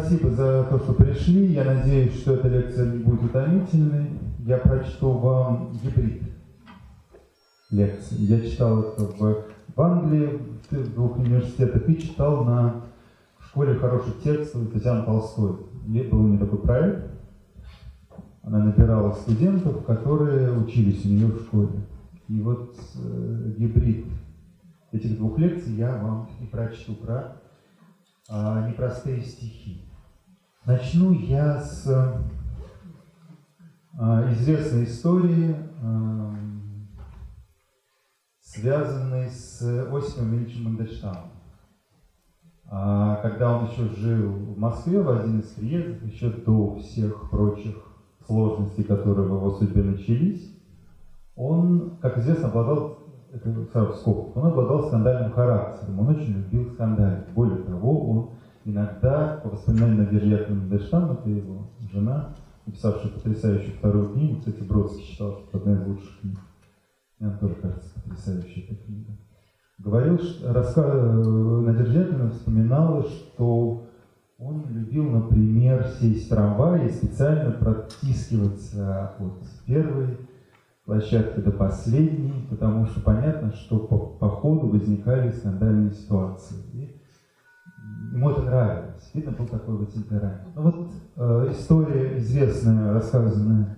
спасибо за то, что пришли. Я надеюсь, что эта лекция не будет утомительной. Я прочту вам гибрид лекции. Я читал это в Англии, в 2 университетах, и читал на школе хороших текстов Татьяны Толстой. Был у нее такой проект. Она набирала студентов, которые учились у нее в школе. И вот гибрид этих 2 лекций я вам и прочту про непростые стихи. Начну я с известной истории, связанной с Осипом Ильичем Мандельштамом. Когда он еще жил в Москве, в один из приездов, еще до всех прочих сложностей, которые в его судьбе начались, он, как известно, обладал, это сразу в скобках, он обладал скандальным характером, он очень любил скандалить. Более того, он иногда, по воспоминаниям Надежды Яковлевны Мандельштам, это его жена, написавшая потрясающую 2-ю книгу, кстати, Бродский считал, что это одна из лучших книг. Мне она тоже кажется потрясающая эта книга. Говорил, что Надежда Яковлевна вспоминала, что он любил, например, сесть в трамвай и специально протискиваться от первой площадки до последней, потому что понятно, что по ходу возникали скандальные ситуации. И ему это нравилось. Видно, был такой вот темперамент. Ну вот история известная, рассказанная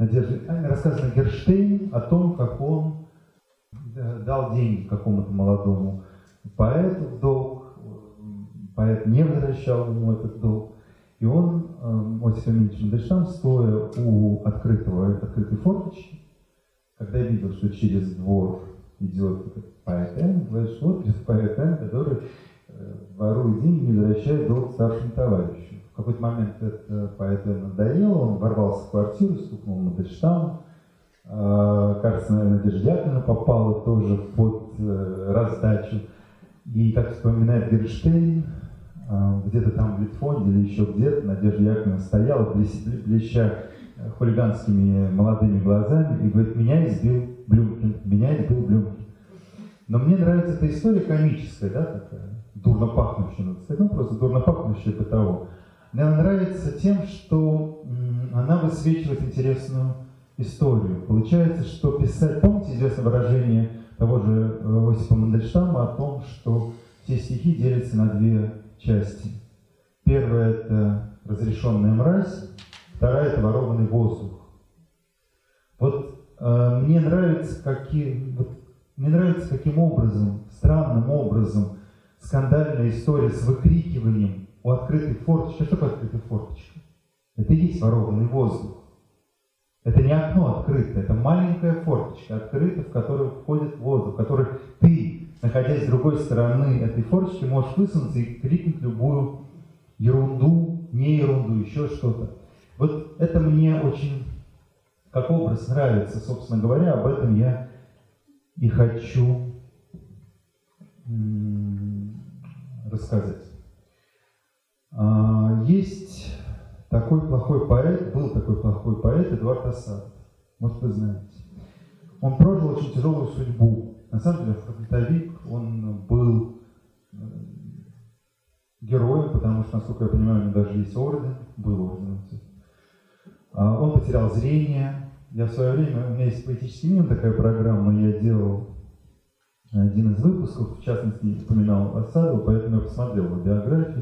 Герштейн о том, как он дал деньги какому-то молодому поэту в долг, поэт не возвращал ему этот долг. И он, Осип Ильич Мандельштам, стоя у открытой форточки, когда видел, что через двор идет поэт Н, говорит, что вот поэт Н, который ворует деньги, не возвращает долг старшему товарищу. В какой-то момент это поэту Н надоело, он ворвался в квартиру, стукнул Мандельштаму. Кажется, Надежда Яковлевна попала тоже под раздачу. И, как вспоминает Герштейн, где-то там в Литфонде или еще где-то Надежда Яковлевна стояла, блеща хулиганскими молодыми глазами, и говорит, меня избил Блюмкин. Но мне нравится эта история комическая, да, такая, дурно пахнущая, надо сказать, ну просто дурно пахнущая по-того. Мне она нравится тем, что она высвечивает интересную историю. Получается, что писать, помните известное выражение того же Осипа Мандельштама о том, что все стихи делятся на 2 части. Первая – это разрешенная мразь, вторая – это ворованный воздух. Вот мне нравится, каким образом, странным образом, скандальная история с выкрикиванием у открытой форточки. Что такое открытая форточка? Это и есть ворованный воздух. Это не окно открытое, это маленькая форточка открыта, в которую входит воздух, в который ты, находясь с другой стороны этой форточки, можешь высунуться и крикнуть любую ерунду, не ерунду, еще что-то. Вот это мне очень, как образ, нравится, собственно говоря, об этом я и хочу рассказать. Есть такой плохой поэт, был такой плохой поэт Эдуард Асадов. Может, вы знаете. Он прожил очень тяжелую судьбу. На самом деле, фронтовик, он был героем, потому что, насколько я понимаю, у него даже есть орден, был орден. Он потерял зрение. Я в свое время, у меня есть поэтический мир, такая программа, я делал один из выпусков, в частности, упоминал Асадова, поэтому я посмотрел его биографию.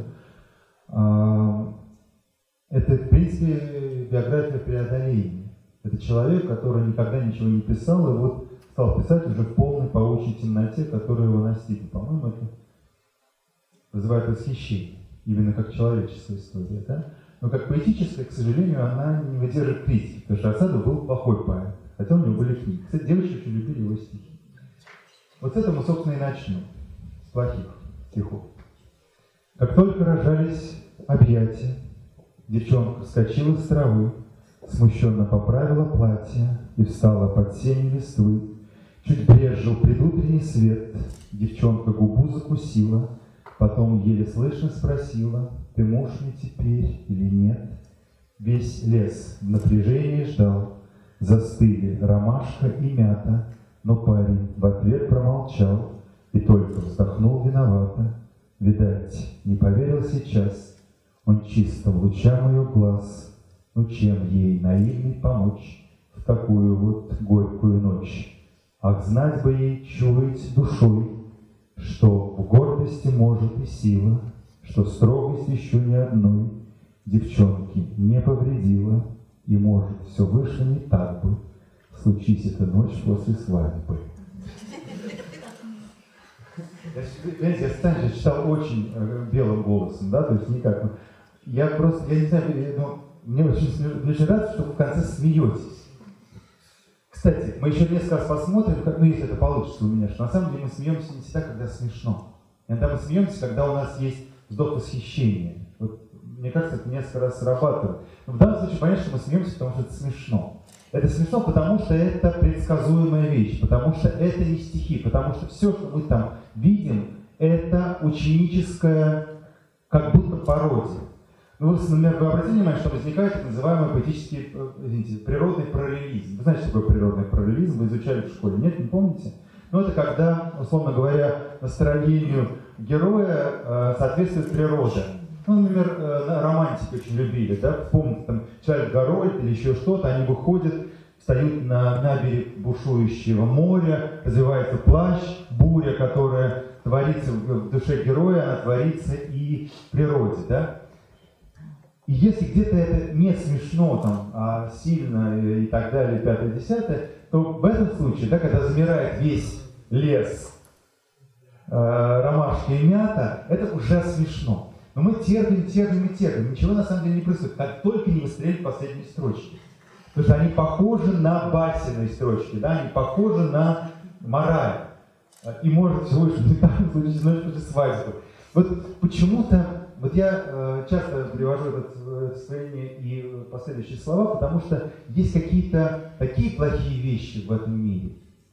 Это, в принципе, биография преодоления. Это человек, который никогда ничего не писал, и вот стал писать уже в полной паучьей темноте, которая его настигла. По-моему, это вызывает восхищение, именно как человеческая история, да? Но как поэтическая, к сожалению, она не выдержит критики, потому что Асадов был плохой поэт, хотя у него были книги. Кстати, девочки очень любили его стихи. Вот с этого мы, собственно, и начнем, с плохих стихов. Как только рожались объятия, девчонка вскочила с травы, смущенно поправила платье и встала под сенью листвы. Чуть брезжил предутренний свет, девчонка губу закусила, потом еле слышно спросила, ты муж мне теперь или нет? Весь лес в напряжении ждал, застыли ромашка и мята, но парень в ответ промолчал и только вздохнул виновато. Видать, не поверил сейчас, Он чисто в лучам ее глаз, ну чем ей наивной помочь в такую вот горькую ночь? Ах, знать бы ей, чуять душой, что в гордости может и сила, что строгость еще ни одной девчонки не повредила, и, может, все вышло не так бы, случись эта ночь после свадьбы. Знаете, я Станича читал очень белым голосом, да, то есть никак. Я не знаю, мне очень рад, что вы в конце смеетесь. Кстати, мы еще несколько раз посмотрим, если это получится у меня, что на самом деле мы смеемся не всегда, когда смешно. Иногда мы смеемся, когда у нас есть вздох восхищения. Вот, мне кажется, это несколько раз срабатывает. Но в данном случае понятно, что мы смеемся, потому что это смешно. Это смешно, потому что это предсказуемая вещь, потому что это не стихи, потому что все, что мы там видим, это ученическая, как будто пародия. Ну, например, вы обратили внимание, что возникает так называемый поэтический, природный параллелизм. Вы знаете, что такое природный параллелизм? Вы изучали в школе, нет? Не помните? Ну, это когда, условно говоря, настроению героя соответствует природа. Ну, например, романтики очень любили, да? Помните, там, Чайльд Гарольд или еще что-то, они выходят, встают на берег бушующего моря, развивается плащ, буря, которая творится в душе героя, она творится и в природе, да? И если где-то это не смешно, там, а сильно и так далее, 5-10, то в этом случае, да, когда замирает весь лес, ромашки и мята, это уже смешно. Но мы терпим, ничего на самом деле не происходит, как только не выстрелят последние строчки. Потому что они похожи на басенные строчки, да, они похожи на мораль. И может всего лишь не так случится ночь после свадьбы. Вот почему-то, вот я часто привожу это состояние и последующие слова, потому что есть какие-то такие плохие вещи в этом мире,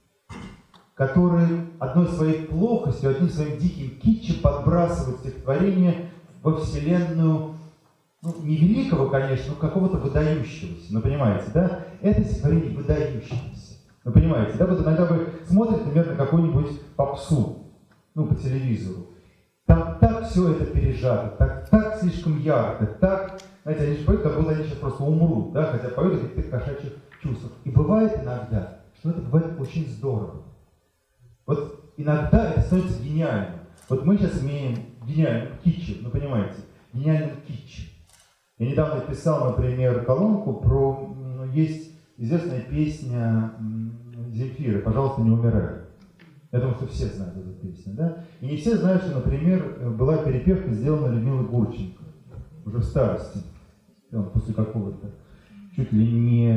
которые одной своей плохостью, одним своим диким китчем подбрасывают стихотворение во вселенную, ну, не великого, конечно, но какого-то выдающегося. Ну, понимаете, да? Это стихотворение выдающееся. Ну, понимаете, да? Вот иногда вы смотрите, например, на какую-нибудь попсу, ну, по телевизору. Там так все это пережато, так слишком ярко, так, знаете, они же поют, как будто они сейчас просто умрут, да, хотя поют о каких-то кошачьих чувствах. И бывает иногда, что это бывает очень здорово. Вот иногда это становится гениальным. Вот мы сейчас имеем гениальным китчем, ну понимаете, гениальным китчем. Я недавно писал, например, колонку про, есть известная песня Земфиры «Пожалуйста, не умирай». Я думаю, что все знают эту песню, да? И не все знают, что, например, была перепевка сделана Людмилой Гурченко, уже в старости, после какого-то чуть ли не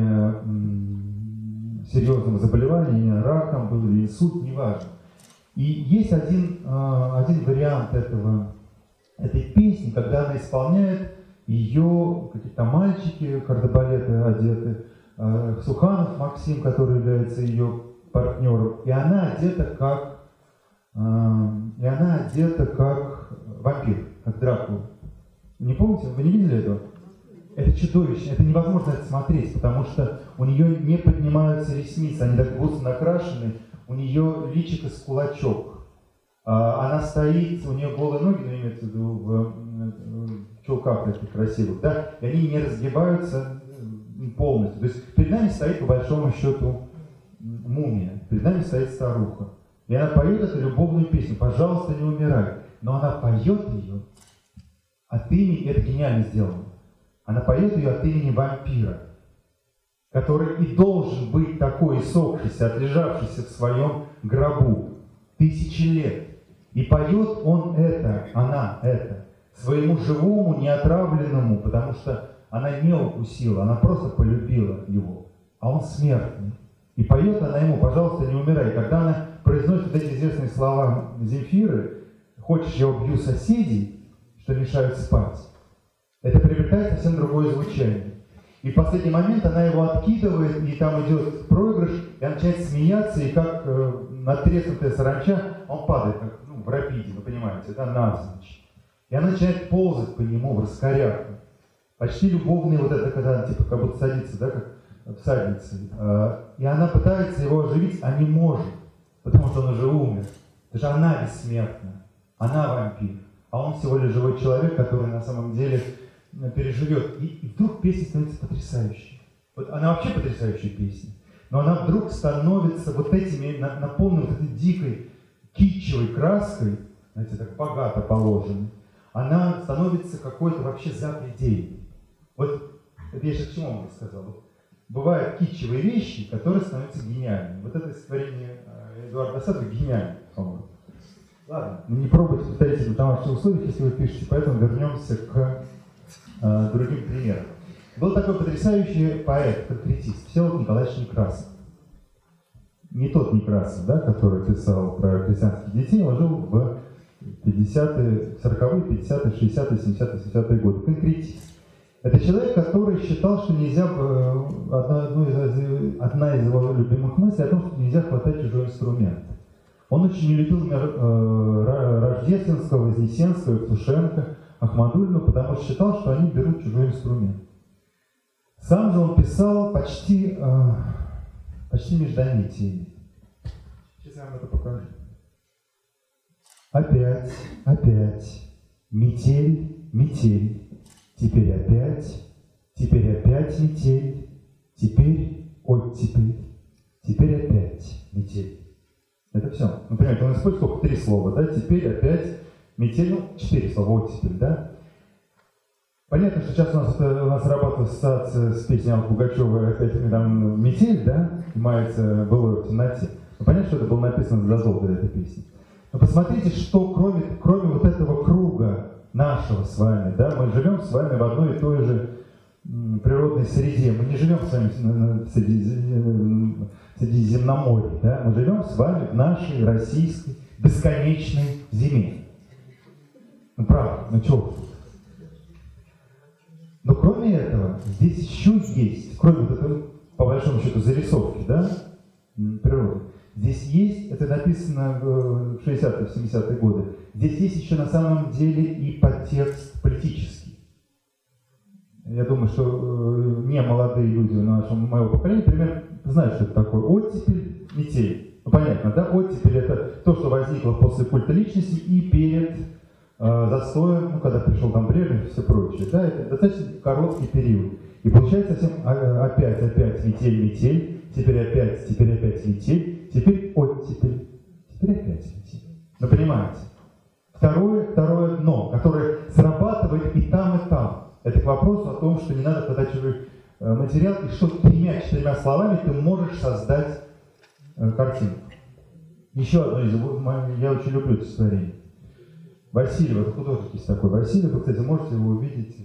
серьезного заболевания, раком был или инсульт, неважно. И есть один вариант этой песни, когда она исполняет ее какие-то мальчики, кардебалеты одеты, Суханов Максим, который является ее партнером, и она одета как вампир, как Дракула. Не помните? Вы не видели этого? Это чудовищно, это невозможно это смотреть, потому что у нее не поднимаются ресницы, они так густо накрашены, у нее личико с кулачок. Она стоит, у нее голые ноги, но имеется в виду в чулках таких красивых, да, и они не разгибаются полностью. То есть перед нами стоит, по большому счету, мумия, перед нами стоит старуха. И она поет эту любовную песню «Пожалуйста, не умирай». Но она поет ее от имени, это гениально сделано, она поет ее от имени вампира, который и должен быть такой иссохшийся, отлежавшийся в своем гробу тысячи лет. И поет она это, своему живому, неотравленному, потому что она не укусила, она просто полюбила его, а он смертный. И поет она ему «Пожалуйста, не умирай». Когда она произносит эти известные слова Земфиры «Хочешь, я убью соседей, что мешают спать», это приобретает совсем другое звучание. И в последний момент она его откидывает, и там идет проигрыш, и она начинает смеяться, и как натреснутая саранча, он падает, как в рапиде, вы понимаете, да, навзничь. И она начинает ползать по нему в раскоряку. Почти любовный вот это, когда она типа как будто садится, да, как всадница. И она пытается его оживить, а не может, потому что он уже умер. Потому что она бессмертна, она вампир, а он всего лишь живой человек, который на самом деле переживет, и вдруг песня становится потрясающей. Вот она вообще потрясающая песня, но она вдруг становится вот этими, наполненной вот этой дикой, китчевой краской, знаете, так богато положенной, она становится какой-то вообще запредельной. Вот это я сейчас к чему вам сказал? Бывают китчевые вещи, которые становятся гениальными. Вот это стихотворение Эдуарда Асадова гениально, по-моему. Ладно, не пробуйте повторить в домашних условиях, если вы пишете, поэтому вернемся к другим примерам. Был такой потрясающий поэт, конкретист, Всеволод Николаевич Некрасов. Не тот Некрасов, да, который писал про крестьянских детей, он жил в 50-е, 40-е, 50-е, 60-е, 70-е, 70-е годы. Конкретист. Это человек, который считал, что нельзя, одна из его любимых мыслей о том, что нельзя хватать чужой инструмент. Он очень не любил Рождественского, Вознесенского, Евтушенко, Ахмадульну, потому что считал, что они берут чужой инструмент. Сам же он писал почти междометиями. Сейчас я вам это покажу. Опять, метель, метель. Теперь опять метель. Теперь оттепель. Теперь опять метель. Это все. Например, он использует сколько? 3 слова, да? Теперь опять метель, 4 слова, оттепель, да? Понятно, что сейчас у нас срабатывает ассоциация с песней Аллы Пугачевой опять там метель, да? И мается было в темноте. Но понятно, что это было написано задолго до этой песни. Но посмотрите, что кроме вот этого круга нашего с вами, да, мы живем с вами в одной и той же природной среде. Мы не живем с вами в Средиземноморье, да? Мы живем с вами в нашей российской бесконечной зиме. Ну правда, чего? Но кроме этого, здесь еще есть, кроме вот этой, по большому счету, зарисовки, да, природы, здесь есть, это написано в 60-е, 70-е годы, здесь есть еще на самом деле и подтекст политический. Я думаю, что не молодые люди моего поколения, примерно, знают, что это такое. Оттепель, метель. Ну, понятно, да? Оттепель — это то, что возникло после культа личности и перед застоем, когда пришел там Брежнев и все прочее. Да? Это достаточно короткий период. И получается совсем опять метель, теперь опять метель, теперь оттепель, теперь опять метель. Ну, понимаете? Второе дно, которое срабатывает и там, и там. Это к вопросу о том, что не надо подать чужой материал, и что 3-4 словами ты можешь создать картинку. Еще одно из я очень люблю это стихотворение. Васильев, это художник есть такой. Васильев, вы, кстати, можете его увидеть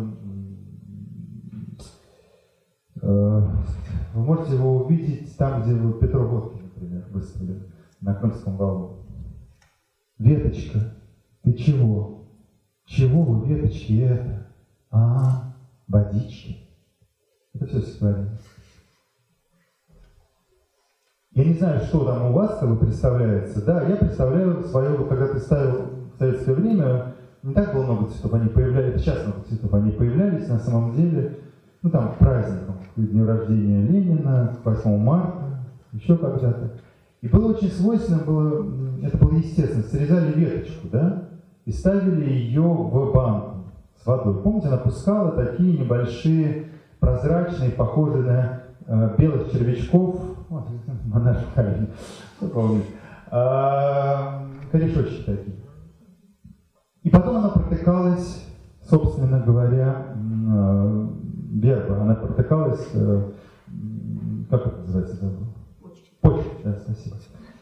вы можете его увидеть там, где Петров Водкин, например, выставлен на Крымском валу. Веточка, ты чего? Чего вы, веточки, это? Водички. Это все стихотворение. Я не знаю, что там у вас, как бы представляется. Да, я представляю свое, когда ты ставил в советское время, не так было много цветов, они появлялись, сейчас много цветов, они появлялись на самом деле, ну там, к праздникам, к дню рождения Ленина, к 8 марта, еще когда-то. И было очень свойственно, это было естественно, срезали веточку, да, и ставили ее в банку с водой. Помните, она пускала такие небольшие, прозрачные, похожие на белых червячков, монашками, корешочки такие. И потом она протыкалась, собственно говоря, верба, она протыкалась, как это называется? Почки, да, спасибо.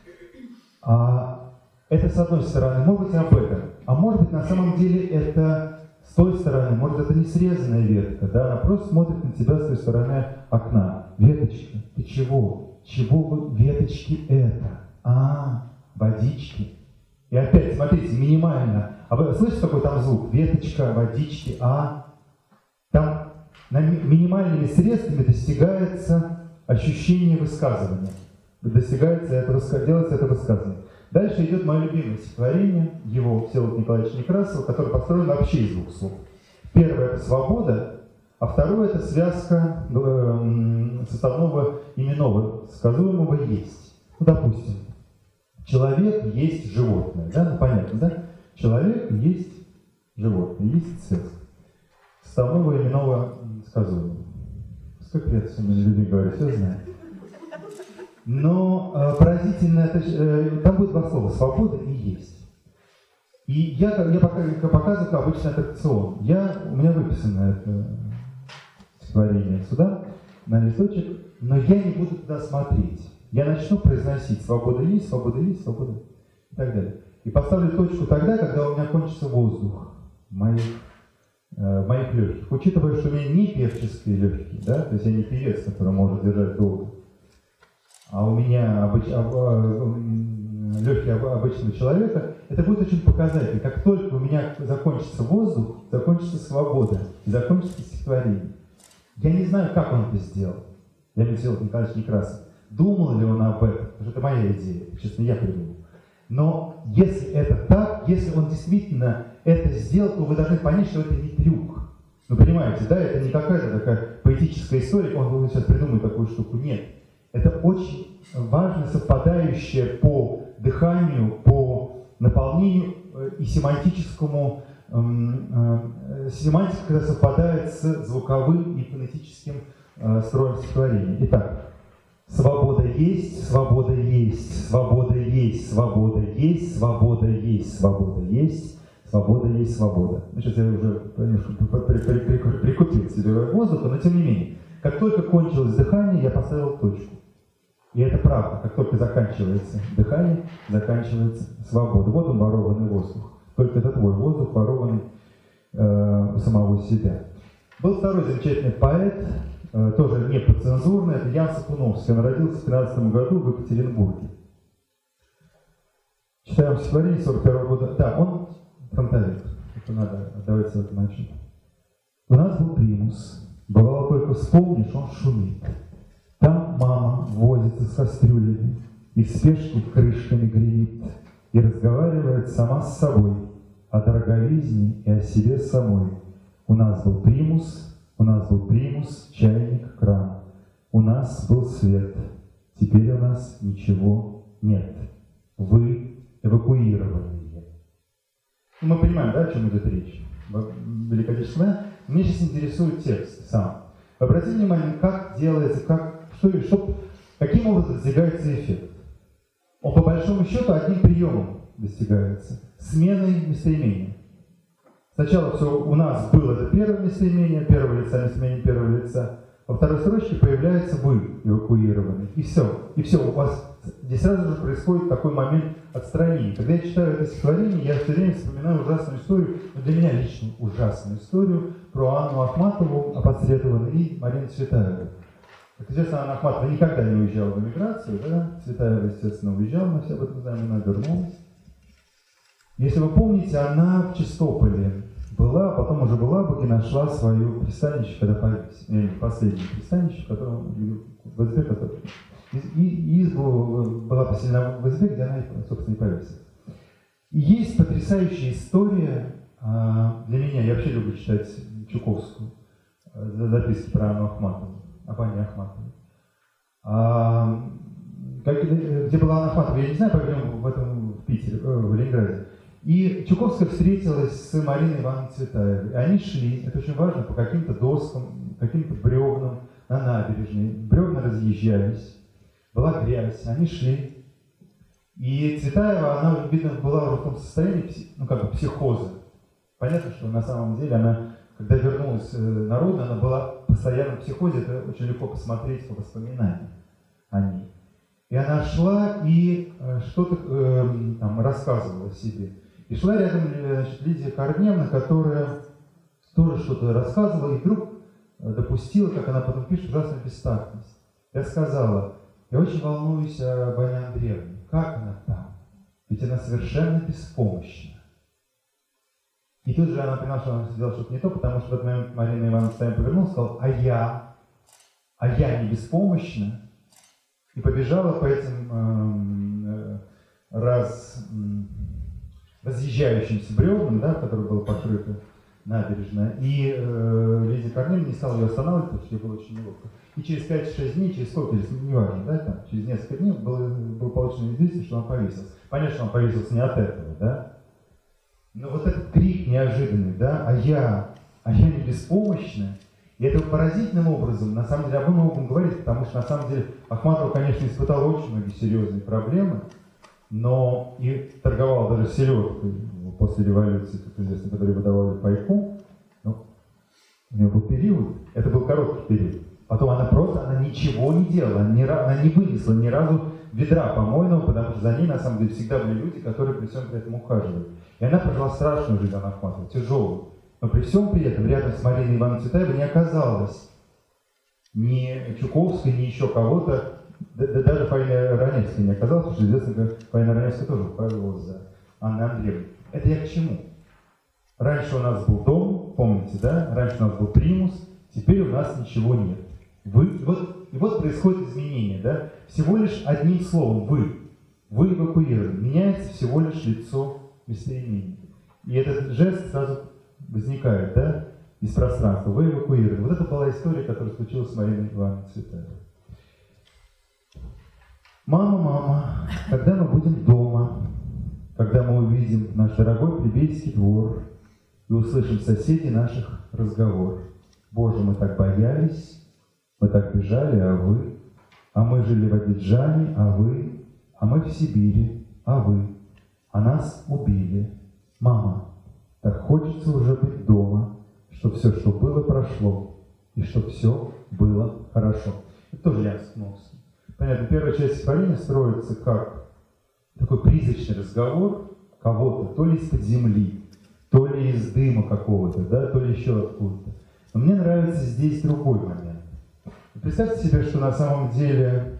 Это с одной стороны, может быть об этом, а может быть на самом деле это с той стороны, может это не срезанная ветка, да, она просто смотрит на тебя с той стороны окна. Веточка, ты чего? Чего вы, веточки, это? Водички. И опять, смотрите, минимально. А вы слышите, какой там звук? Веточка, водички, Там минимальными средствами достигается ощущение высказывания. Делается это высказывание. Дальше идет мое любимое стихотворение, его Всеволода Николаевича Некрасова, которое построено вообще из 2 слов. Первое — это свобода, а второе — это связка составного именного, сказуемого «есть». Ну, допустим, человек есть животное, да, ну понятно, да? Человек есть животное, есть связка. составного именного сказуемого. Сколько лет все люди говорят, все знают. Но поразительно, там будет два слова: свобода и есть. И я показываю обычный аттракцион. У меня выписано это стихотворение сюда, на листочек, но я не буду туда смотреть. Я начну произносить: свобода есть, свобода есть, свобода и так далее. И поставлю точку тогда, когда у меня кончится воздух в моих легких. Учитывая, что у меня не певческие легкие, да, то есть я не певец, который может держать долго, а у меня легкие обычного человека, это будет очень показательно. Как только у меня закончится воздух, закончится свобода и закончится стихотворение. Я не знаю, как он это сделал. Я не сделал Николаевич Некрасов. Думал ли он об этом? Потому что это моя идея, честно, я придумал. Но если это так, если он действительно это сделал, то вы должны понять, что это не трюк. Ну, понимаете, да, это не какая-то такая поэтическая история, он сейчас придумает такую штуку. Нет. Это очень важно, совпадающее по дыханию, по наполнению и семантическому, семантика, когда совпадает с звуковым и фонетическим строем стихотворения. Итак, свобода есть, свобода есть, свобода есть, свобода есть, свобода есть, свобода есть, свобода есть, свобода. Ну, сейчас я уже немножко прикупил себе воздуха, но тем не менее. Как только кончилось дыхание, я поставил точку. И это правда. Как только заканчивается дыхание, заканчивается свобода. Вот он, ворованный воздух. Только это твой воздух, ворованный у самого себя. Был второй замечательный поэт, тоже не подцензурный, это Ян Сапуновский. Он родился в 13 году в Екатеринбурге. Читаем стихотворение 41 года. Да, он фронтовик. Это надо, давайте с этого начнем. У нас был примус. Бывало, только вспомнишь, он шумит. Там мама возится с кастрюлями и в спешке крышками гремит, и разговаривает сама с собой о дороговизне и о себе самой. У нас был примус, чайник, кран. У нас был свет, теперь у нас ничего нет. Вы эвакуированные. Мы понимаем, да, о чем идет речь? Великодержное. Меня сейчас интересует текст сам. Обратите внимание, как делается, каким образом достигается эффект. Он по большому счету одним приемом достигается. Сменой местоимения. Сначала все у нас было это первое местоимение, первого лица, местоимение первого лица. Во второй строчке появляется вы, эвакуированный. И все, у вас здесь сразу же происходит такой момент отстранения. Когда я читаю это стихотворение, я все время вспоминаю ужасную историю, но для меня лично ужасную историю про Анну Ахматову, опосредованную, и Марину Цветаеву. Как известно, Анна Ахматова никогда не уезжала в эмиграцию, да? Цветаева, естественно, уезжала, мы все об этом знаем, она вернулась. Если вы помните, она в Чистополе была, а потом уже в Елабуге нашла свое пристанище, когда повесили. Последнее пристанище, в котором в избе, избу была поселена в избе, где она, собственно, и повесилась. И есть потрясающая история для меня, я вообще люблю читать Чуковскую, записки про Анну Ахматову, об Анне Ахматовой. Где была Анна Ахматова, я не знаю, по-моему, в Питере, в Ленинграде. И Чуковская встретилась с Мариной Ивановной Цветаевой. И они шли, это очень важно, по каким-то доскам, каким-то бревнам на набережной. Бревна разъезжались, была грязь, они шли. И Цветаева, она, видно, была уже в том состоянии, психоза. Понятно, что на самом деле она, когда вернулась народу, она была в постоянном психозе, это очень легко посмотреть по воспоминаниям о ней. И она шла и что-то рассказывала о себе. И шла рядом Лидия Корнеевна, которая тоже что-то рассказывала, и вдруг допустила, как она потом пишет, ужасную бестактность. Я сказала: я очень волнуюсь об Анне Андреевне. Как она там? Ведь она совершенно беспомощна. И тут же она поняла, что она сделала что-то не то, потому что в этот момент Марина Ивановна Цветаева повернулась и сказала: а я не беспомощна. И побежала по этим разъезжающимся бревнам, да, которые было покрыто набережная. И Лидия Корнеевна не стала ее останавливать, потому что ей было очень неловко. И через 5-6 дней, через сколько, неважно, да, там, через несколько дней было получено известие, что он повесился. Понятно, что он повесился не от этого, да. Но вот этот крик неожиданный, да, а я а я не беспомощная. И это поразительным образом, на самом деле, об многом говорит, потому что, на самом деле, Ахматова, конечно, испытала очень многие серьезные проблемы, но и торговала даже селедкой после революции, как известно, которые выдавали пайку. Но у нее был период, это был короткий период. Потом она ничего не делала, она не вынесла ни разу ведра помойного, потому что за ней, на самом деле, всегда были люди, которые при всем при этом ухаживали. И она прожила страшную жизнь, Анна Ахматова, тяжелую. Но при всем при этом рядом с Мариной Ивановной Цветаевой не оказалось ни Чуковской, ни еще кого-то, даже Фаина Раневская не оказалась, потому что известно, как Фаина Раневская тоже ухаживала за Анной Андреевной. Это я к чему? Раньше у нас был дом, помните, да? Раньше у нас был примус, теперь у нас ничего нет. И вот происходит изменение, да? Всего лишь одним словом вы эвакуированы. Меняется всего лишь лицо местоимения. И этот жест сразу возникает, да, из пространства. Вы эвакуированы. Вот это была история, которая случилась с Мариной Ивановной Цветаевой. Мама, когда мы будем дома, когда мы увидим наш дорогой плебейский двор и услышим соседей наших разговор. Боже, мы так боялись, мы так бежали, а мы жили в Адиджане, а мы в Сибири, а нас убили. Мама, так хочется уже быть дома, что все, что было, прошло, и что все было хорошо. Это тоже Ян Сосновский. Понятно, первая часть стихотворения строится как такой призрачный разговор кого-то, то ли из-под земли, то ли из дыма какого-то, да, то ли еще откуда-то. Но мне нравится здесь другой момент. Представьте себе, что на самом деле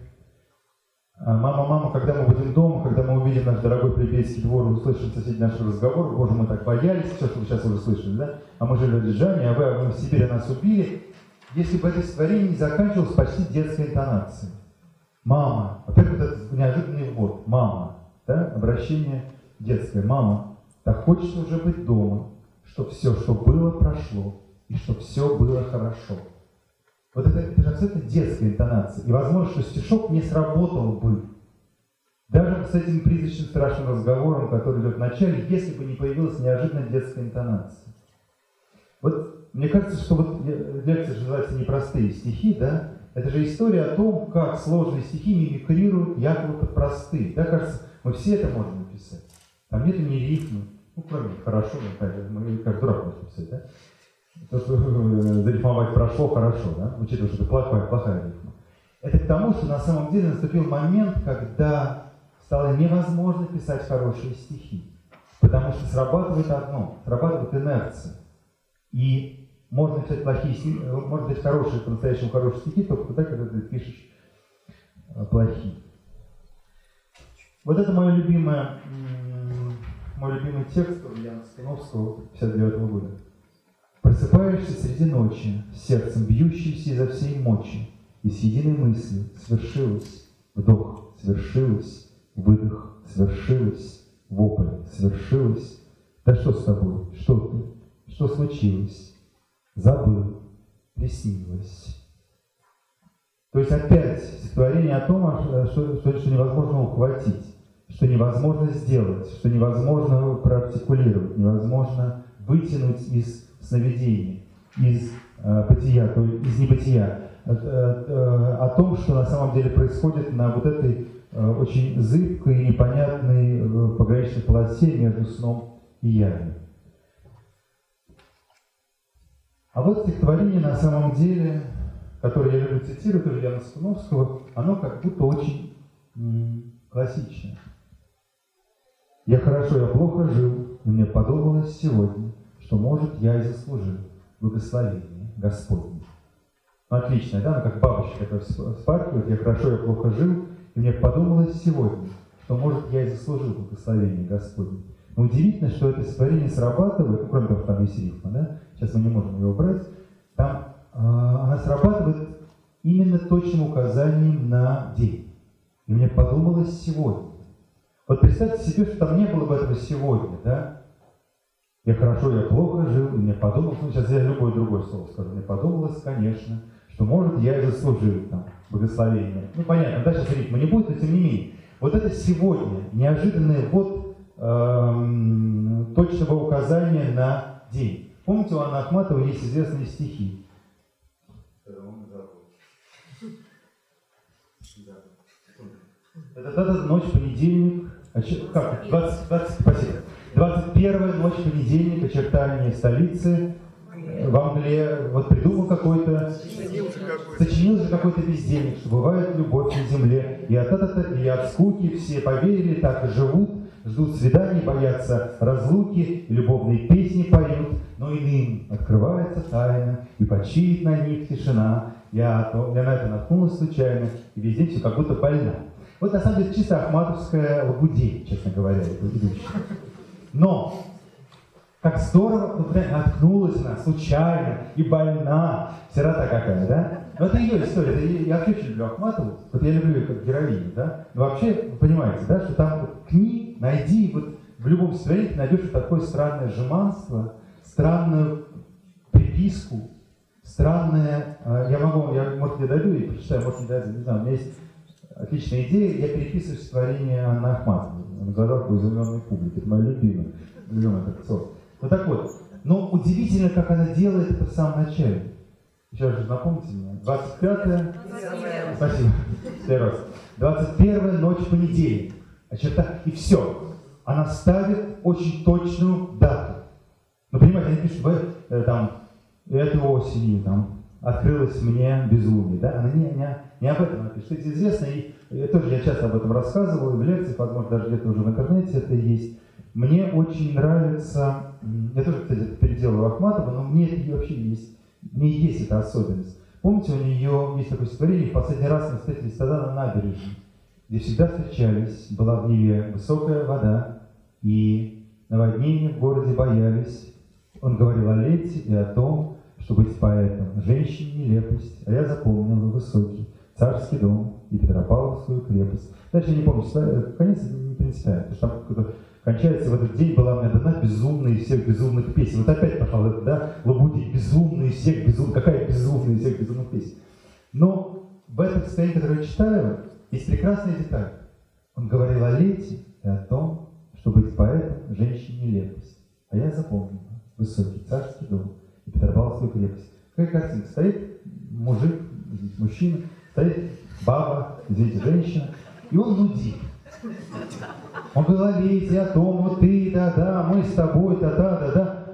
мама, когда мы будем дома, когда мы увидим наш дорогой плебейский двор, услышим соседей нашего разговора, боже, мы так боялись, все, что вы сейчас уже слышали, да? А мы жили в Адиджане, а мы в Сибири, нас убили. Если бы это стихотворение не заканчивалось почти детской интонацией. Мама, во-первых, это неожиданный ввод, мама, да? Обращение детское, мама, так хочется уже быть дома, что все, что было, прошло, и что все было хорошо. Вот это же абсолютно детская интонация. И возможно, что стишок не сработал бы. Даже с этим призрачным страшным разговором, который идет в начале, если бы не появилась неожиданно детская интонация. Вот мне кажется, что вот лекция же называется «Непростые стихи», да? Это же история о том, как сложные стихи мимикрируют якобы под простые. Да, кажется, мы все это можем написать. Там нету ни рифмы. Ну, кроме хорошо, мы как дурак можем написать, да? То, что зарифмовать прошло, хорошо, да? Учитывая, что это плохая рифма. Это к тому, что на самом деле наступил момент, когда стало невозможно писать хорошие стихи. Потому что срабатывает одно, срабатывает инерция. И можно писать плохие стихи, можно писать хорошие, по-настоящему хорошие стихи, только тогда, когда ты пишешь плохие. Вот это мой любимый текст Яна Сосновского 1959 года. Просыпаешься среди ночи, с сердцем бьющимся изо всей мочи, и с единой мыслью свершилось вдох, свершилось выдох, свершилось вопль, свершилось. Да что с тобой? Что ты? Что случилось? Забыл, приснилось. То есть опять стихотворение о том, что невозможно ухватить, что невозможно сделать, что невозможно проартикулировать, невозможно вытянуть из сновидения, из бытия, то есть из небытия, о том, что на самом деле происходит на вот этой очень зыбкой и непонятной пограничной полосе между сном и явью. А вот стихотворение на самом деле, которое я люблю цитировать, тоже Яна Сосновского, оно как будто очень классичное. Я плохо жил, и мне подумалось сегодня, что, может, я и заслужил благословение Господне. Ну, отлично, да? Ну, как бабочка, которая вспархивает, я плохо жил, и мне подумалось сегодня, что, может, я и заслужил благословение Господне. Но удивительно, что это стихотворение срабатывает, ну, кроме того, что там есть рифма, да? Сейчас мы не можем ее убрать, там она срабатывает именно точным указанием на день. И мне подумалось сегодня. Вот представьте себе, что там не было бы этого сегодня, да? Я плохо жил, и мне подумалось, ну сейчас я любое другое слово скажу, мне подумалось, конечно, что, может, я и заслужил там благословение. Ну, понятно, да, сейчас рифма не будет, но тем не менее. Вот это сегодня, неожиданный ввод точного указания на день. Помните, у Анны Ахматовой есть известные стихи. Это ночь понедельник, 21-я ночь понедельник, очертания столицы, в Англии, вот придумал какой-то, сочинил же какой-то бездельник, что бывает любовь на земле, и от скуки все поверили, так и живут, ждут свиданий, боятся разлуки, и любовные песни поют, но иным открывается тайна, и почиет на них тишина. Я на это наткнулась случайно, и везде все как будто больна. Вот на самом деле чисто ахматовская гудень, честно говоря, это ведущая. Но как здорово, наткнулась она случайно и больна, сирота какая, да? Но это ее история, я вообще очень люблю Ахматову, вот я люблю ее как героиню, да? Но вообще, вы понимаете, да, что там вот к ней найди, вот в любом стихотворении ты найдешь такое странное жеманство, странную приписку, странное, может, я дойду и прочитаю, может, не дойду, не знаю, у меня есть отличная идея, я переписываю стихотворение Анны Ахматовой на глазах у изумленной публики, это мое любимое такое. Вот так вот. Но удивительно, как она делает это в самом начале. Еще раз напомните мне. 25-е. Спасибо. Первый раз. 21-я ночь понедельник. И все. Она ставит очень точную дату. Ну, понимаете, они пишут, этой осенью открылось мне безумие. Да? Она не об этом напишет. Это известно, и тоже я часто об этом рассказывал, в лекциях, возможно, даже где-то уже в интернете это есть. Мне очень нравится, я тоже, кстати, это переделываю Ахматову, но мне это вообще есть, мне есть эта особенность. Помните, у нее есть такое стихотворение, в последний раз мы встретились тогда на набережной, где всегда встречались, была в Неве высокая вода, и наводнения в городе боялись. Он говорил о лете и о том, что быть поэтом, женщине нелепость, а я запомнил высокий царский дом и Петропавловскую крепость. Дальше я не помню, конец не принципиально, потому что там кончается, в этот день была мне дана безумная из всех безумных песен. Вот опять пошел это, да, Лабудин, безумная из всех безумных, какая безумная из всех безумных песен. Но в этом состоянии, которое я читаю, есть прекрасная деталь. Он говорил о лете и о том, что быть поэтом женщине нелепость. А я запомнил высокий царский дом и Петропавловскую крепость. Какая картинка? Стоит мужик, извините, мужчина, стоит баба, извините, женщина, и он нудит. Он говорил о лете, о том, вот ты, да-да, мы с тобой, да-да.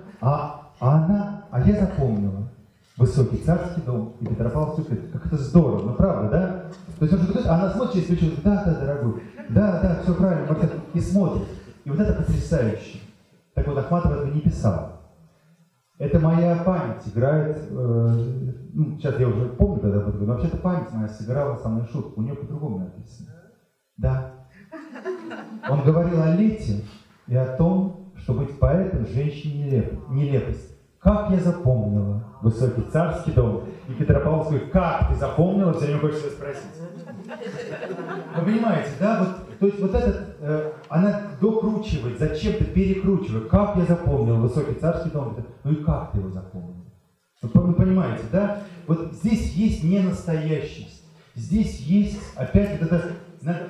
А я запомнила высокий царский дом и Петропавловскую крепость. Как это здорово, ну правда, да? То есть он же говорит, она смотрит через плечо, да, дорогой, да, все правильно, и смотрит. И вот это потрясающе. Так вот, Ахматова этого не писала. Это моя память играет, сейчас я уже помню, когда буду, но вообще-то память моя сыграла со мной шутку, у нее по-другому написано. Да. Он говорил о лете и о том, что быть поэтом женщине нелепость. Как я запомнила высокий царский дом и Петропавловскую, как ты запомнила, все время хочется спросить. Вы понимаете, да? То есть вот этот, она докручивает, зачем-то перекручивает. Как я запомнила высокий царский дом, ну и как ты его запомнила? Вы понимаете, да? Вот здесь есть ненастоящесть. Здесь есть опять вот это, надо,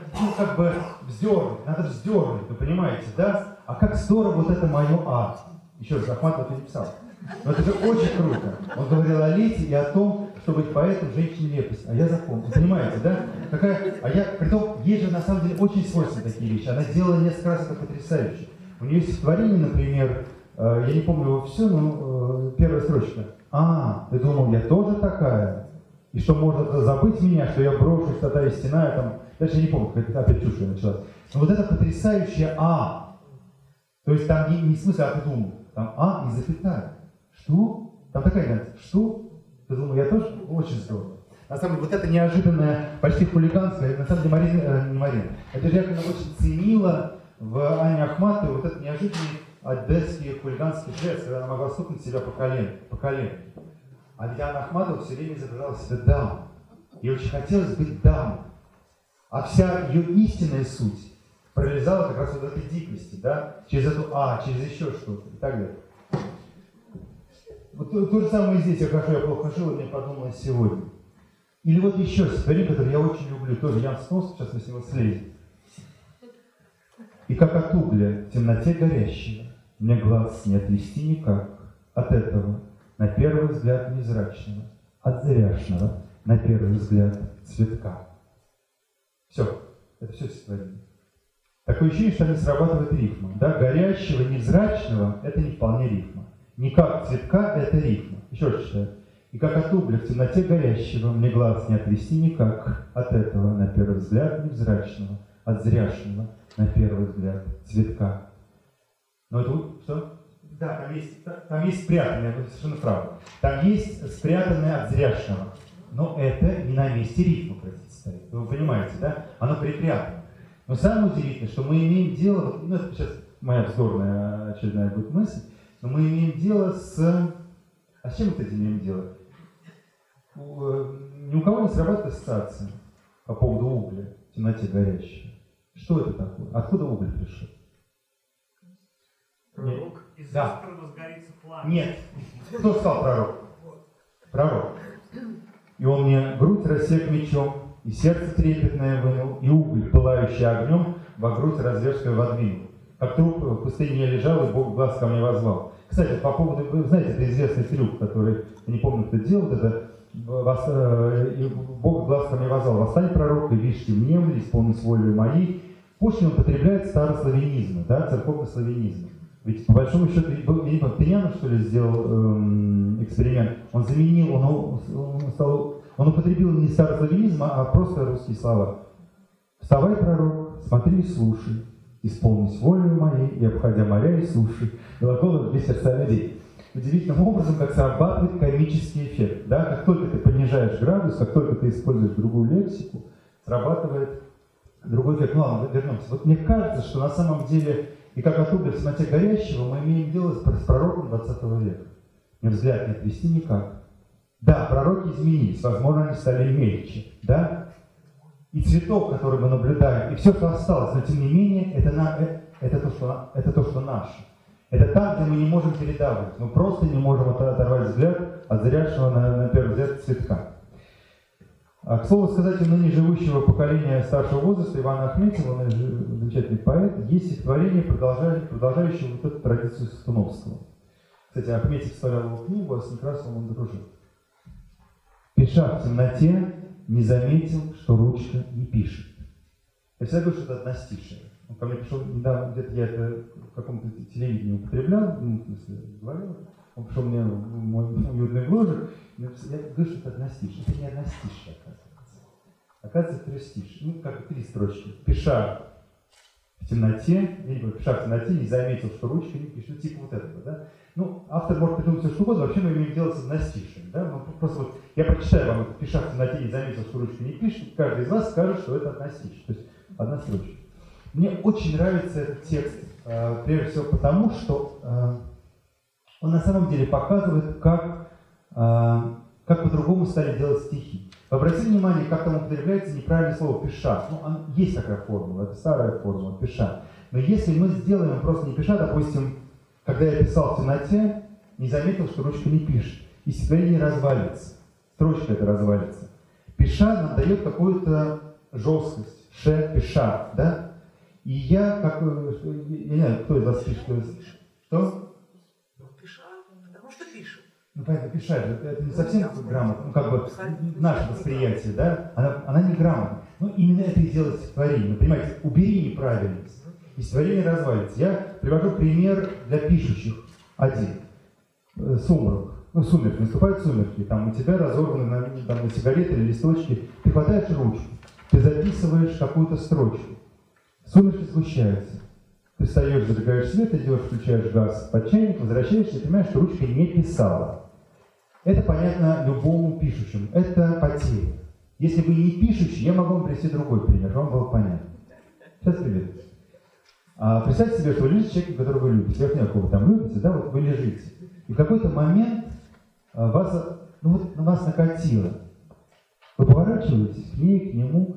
надо вздернуть, вы понимаете, да? А как здорово вот это мое «а». Еще раз, Ахматова это не писал. Но это же очень круто. Он говорил о лете и о том, что быть поэтом женщине нелепость. А я запомнил. Вы понимаете, да? Притом, ей же на самом деле очень свойственны такие вещи. Она сделала несколько раз это потрясающе. У нее есть стихотворение, например, я не помню его все, но первая строчка. Ты думал, я тоже такая? И что можно забыть меня, что я брошусь, тогда и стена, там... Дальше я не помню, как опять чушь началась. Но вот это потрясающее «а». То есть там не смысл, ты думал. Там «а» и запятая. Что? Там такая реакция. Что? Ты думал, я тоже? Очень здорово. На самом деле, вот это неожиданное, почти хулиганское, на самом деле, Марина. Надежда Яковлевна очень ценила в Анне Ахматовой вот этот неожиданный одесский хулиганский жест, когда она могла стукнуть себя по колену. А ведь Анна Ахматова все время изображала себя дамой. Ей очень хотелось быть дамой. А вся ее истинная суть пролезала как раз вот этой дикости, да? Через эту через еще что-то и так далее. Вот то же самое и здесь. Я плохо жил, и мне подумалось сегодня. Или вот еще стихотворение, которое я очень люблю, тоже Ян Сноус, сейчас мы с него слезем. И как от угля в темноте горящего, мне глаз не отвести никак. от этого, на первый взгляд, невзрачного, от зряшного, на первый взгляд, цветка. Все. Это все стихотворение. Такое ощущение, что не срабатывает рифма. Да? Горящего, невзрачного – это не вполне рифма. Не как цветка – это рифма. Еще раз читаю. И как от угля в темноте горящего мне глаз не отвести никак от этого, на первый взгляд, невзрачного, от зряшного, на первый взгляд, цветка. Но это что? Да, там есть спрятанное, вы совершенно правы. Там есть спрятанное от зряшного. Но это не на месте рифма, простите, стоит. Вы понимаете, да? Оно припрятано. Но самое удивительное, что мы имеем дело, ну это сейчас моя вздорная очередная будет мысль, но мы имеем дело с... А с чем мы, кстати, имеем дело? Ни у кого не срабатывает ассоциация по поводу угля в темноте горящего. Что это такое? Откуда уголь пришел? Пророк. Из острова сгорится пламя. Нет. Кто сказал пророк? Пророк. И он мне грудь рассек мечом, и сердце трепетное вынул, и уголь, пылающий огнем, во грудь разверзкую водвинул. Как труп в пустыне я лежал, и Бог глаз ко мне возвал. Кстати, по поводу, вы знаете, это известный трюк, который, я не помню, кто делал, это Бог глаз ко мне возвал. Восстань, пророк, и вишьте внемли, исполнись волю моей. Очень он употребляет старославянизмы, да, церковнославянизмы. Ведь по большому счету, видимо, Пенянов, что ли, сделал эксперимент. Он заменил, он употребил не старославянизм, а просто русские слова. Вставай, пророк, смотри и слушай, исполнись волею моей, и обходя моря и суши, глаголов весь сердца людей. Удивительным образом, как срабатывает комический эффект. Да? Как только ты понижаешь градус, как только ты используешь другую лексику, срабатывает другой эффект. Ну ладно, вернемся. Вот мне кажется, что на самом деле, и как от угля в темноте горящего, мы имеем дело с пророком 20 века. Мне взгляд не отвести никак. Да, пророки изменились, возможно, они стали мельче, да? И цветок, который мы наблюдаем, и все, что осталось, но тем не менее, это то, что наше. Это там, где мы не можем передавать. Мы просто не можем оторвать взгляд от зрящего на первый взгляд цветка. К слову сказать, у ныне живущего поколения старшего возраста Ивана Ахметьева, он замечательный поэт, есть стихотворение, продолжающее вот эту традицию Сосуновского. Кстати, Ахметьев вставлял его книгу, а с Некрасовым он дружил. «Пиша в темноте, не заметил, что ручка не пишет». Я всегда говорю, что это одностишие. Он ко мне пришел недавно, где-то я это в каком-то телевидении употреблял, ну, в смысле, говорил. Он пришел мне в мой уютный бложек, я говорю, что это одностишие. Это не одностишие, оказывается. Оказывается, трёстишие. Ну, как 3 строчки. «Пиша в темноте», я не говорю, «пиша в темноте, не заметил, что ручка не пишет». Ну, типа вот этого, да? Ну, автор может придумать все, что угодно, вообще мы имеем дело с одностишием, да? Ну, просто вот, я прочитаю вам это «пиша в темноте, не заметил, что ручка не пишет», каждый из вас скажет, что это одностишие. То есть, одна строчка. Мне очень нравится этот текст, прежде всего потому, что он на самом деле показывает, как по-другому стали делать стихи. Вы обратите внимание, как там употребляется неправильное слово «пиша». Ну, есть такая формула, это старая формула «пиша». Но если мы сделаем просто не «пиша», допустим, когда я писал в темноте, не заметил, что ручка не пишет, и стихотворение развалится, строчка эта развалится. «Пиша» нам дает какую-то жесткость, «ше», «пиша», да? И я не знаю, кто из вас пишет, что? Пиша, потому что пишет. Ну, понятно, пиша, это не совсем грамотно, ну, как бы, наше восприятие, да, она не грамотна. Но именно это и делает стихотворение. Вы понимаете, убери неправильность, и стихотворение развалится. Я привожу пример для пишущих. Один. Сумрак. Ну, сумерки, наступают сумерки, там у тебя разорваны на сигареты или листочки, ты хватаешь ручку, ты записываешь какую-то строчку. Сумерки сгущаются. Ты встаешь, зажигаешь свет, идешь, включаешь газ под чайник, возвращаешься и понимаешь, что ручка не писала. Это понятно любому пишущему. Это потеря. Если вы не пишущий, я могу вам привести другой пример, чтобы вам было понятно. Сейчас приведу. Представьте себе, что вы лежите с человеком, которого вы любите. Я не знаю, кого вы там любите, да, вот вы лежите. И в какой-то момент вас накатило. Вы поворачиваетесь к ней, к нему,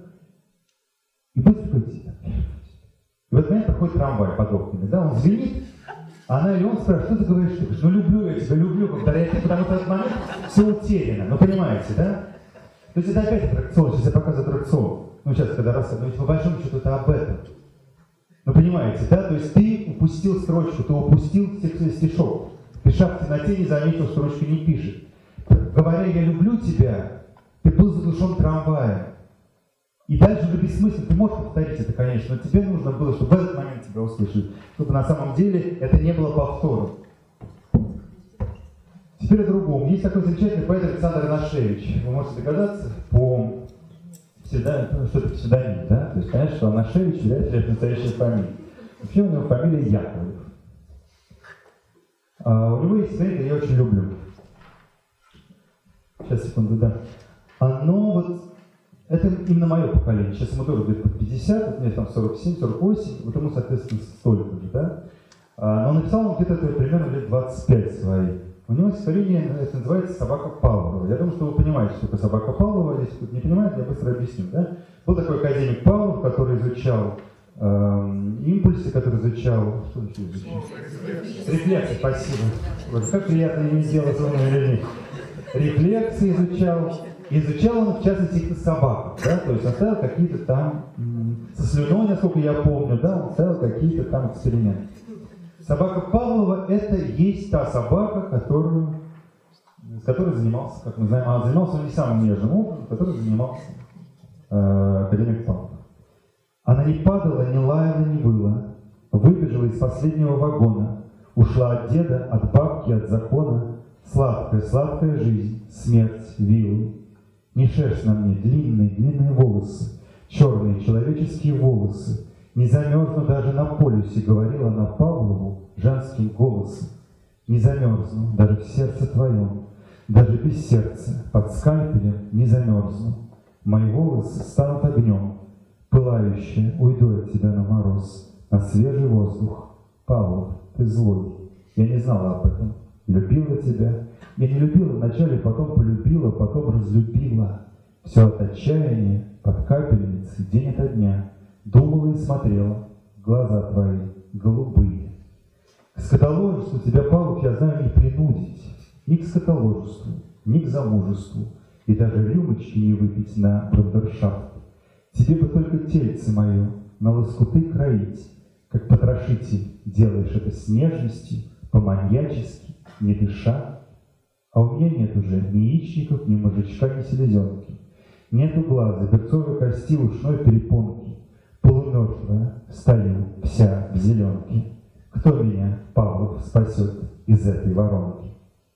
и быстро идти. И в этот момент проходит трамвай под окнами, да, он звенит, а она или он спрашивает, что ты говоришь? Ты говоришь, ну люблю я тебя, люблю, повторяй ты, потому что в этот момент все утеряно, ну понимаете, да? То есть это опять аттракцион, сейчас я показываю аттракцион. Ну сейчас, когда раз, но по большому счету это об этом. Ну понимаете, да? То есть ты упустил строчку, ты упустил стишок. Дыша в темноте, не заметил, что ручка не пишет. Говоря «я люблю тебя», ты был заглушен трамваем. И дальше уже бессмысленно, ты можешь повторить это, конечно, но тебе нужно было, чтобы в этот момент тебя услышали, чтобы на самом деле это не было повтором. Теперь о другом. Есть такой замечательный поэт Александр Анашевич. Вы можете догадаться по псевдониму, что это псевдоним, да? То есть понятно, что Анашевич является настоящей фамилией. Вообще у него фамилия Яковлев. У него есть стихотворение, я очень люблю. Сейчас, секунду, да. Оно вот, это именно мое поколение. Сейчас ему тоже где-то под 50, вот мне там 47, 48, вот ему, соответственно, столько же, да. Но написал он где-то примерно лет 25 свои. У него стихотворение, это называется «Собака Павлова». Я думаю, что вы понимаете, что такое собака Павлова. Если кто-то не понимает, я быстро объясню, да. Был такой академик Павлов, который изучал импульсы, который изучал... Что еще изучал? Рефлексы, спасибо. Вот, как приятно иметь дело с умными людьми. Рефлексы изучал. Изучал он, в частности, их собак, да, то есть он ставил какие-то там, со слюной, насколько я помню, да, он ставил какие-то там эксперименты. Собака Павлова — это есть та собака, с которой занимался, как мы знаем, а занимался он не самым нежным образом, которой занимался академик Павлов. Она не падала, не лаяла, не выла, выбежала из последнего вагона, ушла от деда, от бабки, от закона. Сладкая, сладкая жизнь, смерть, вилы. Не шерсть на мне, длинные, длинные волосы, черные человеческие волосы. Не замерзну даже на полюсе, говорила она Павлову женским голосом. Не замерзну даже в сердце твоем, даже без сердца, под скальпелем не замерзну. Мои волосы станут огнем, пылающие, уйду от тебя на мороз, на свежий воздух. Павлов, ты злой, я не знала об этом. Любила тебя. Я не любила вначале, потом полюбила, потом разлюбила. Все от отчаяния, под капельницей, день ото дня. Думала и смотрела, глаза твои голубые. К скотоложеству тебя, Павлов, я знаю, не принудить. Ни к скотоложеству, ни к замужеству. И даже рюмочки не выпить на брандершафт. Тебе бы только тельце мое на лоскуты кроить. Как потрошитель делаешь это с нежностью, по-маньячески, не дыша. А у меня нет уже ни яичников, ни мозжечка, ни селезенки. Нету глаза, берцовой кости, ушной перепонки. Полумертвая стою вся в зеленке. Кто меня, Павлов, спасет из этой воронки?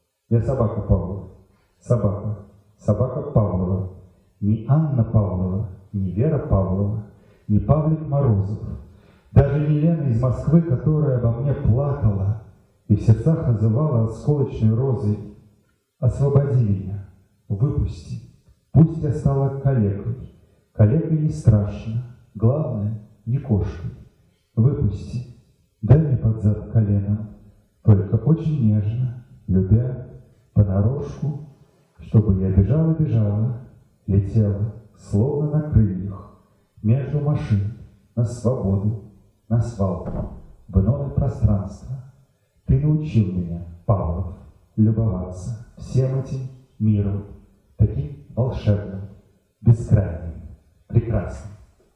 Я собака Павлова, собака, собака Павлова. Не Анна Павлова, не Вера Павлова, не Павлик Морозов. Даже не Лена из Москвы, которая обо мне плакала и в сердцах называла осколочной розой. Освободи меня, выпусти, пусть я стала калекой. Калекой не страшно, главное, не кошкой. Выпусти, дай мне под зад колено, только очень нежно, любя понарошку, чтобы я бежала, летела, словно на крыльях, между машин, на свободу, на свалку, в иное пространство. Ты научил меня, Павлов, любоваться всем этим миром, таким волшебным, бескрайним, прекрасным.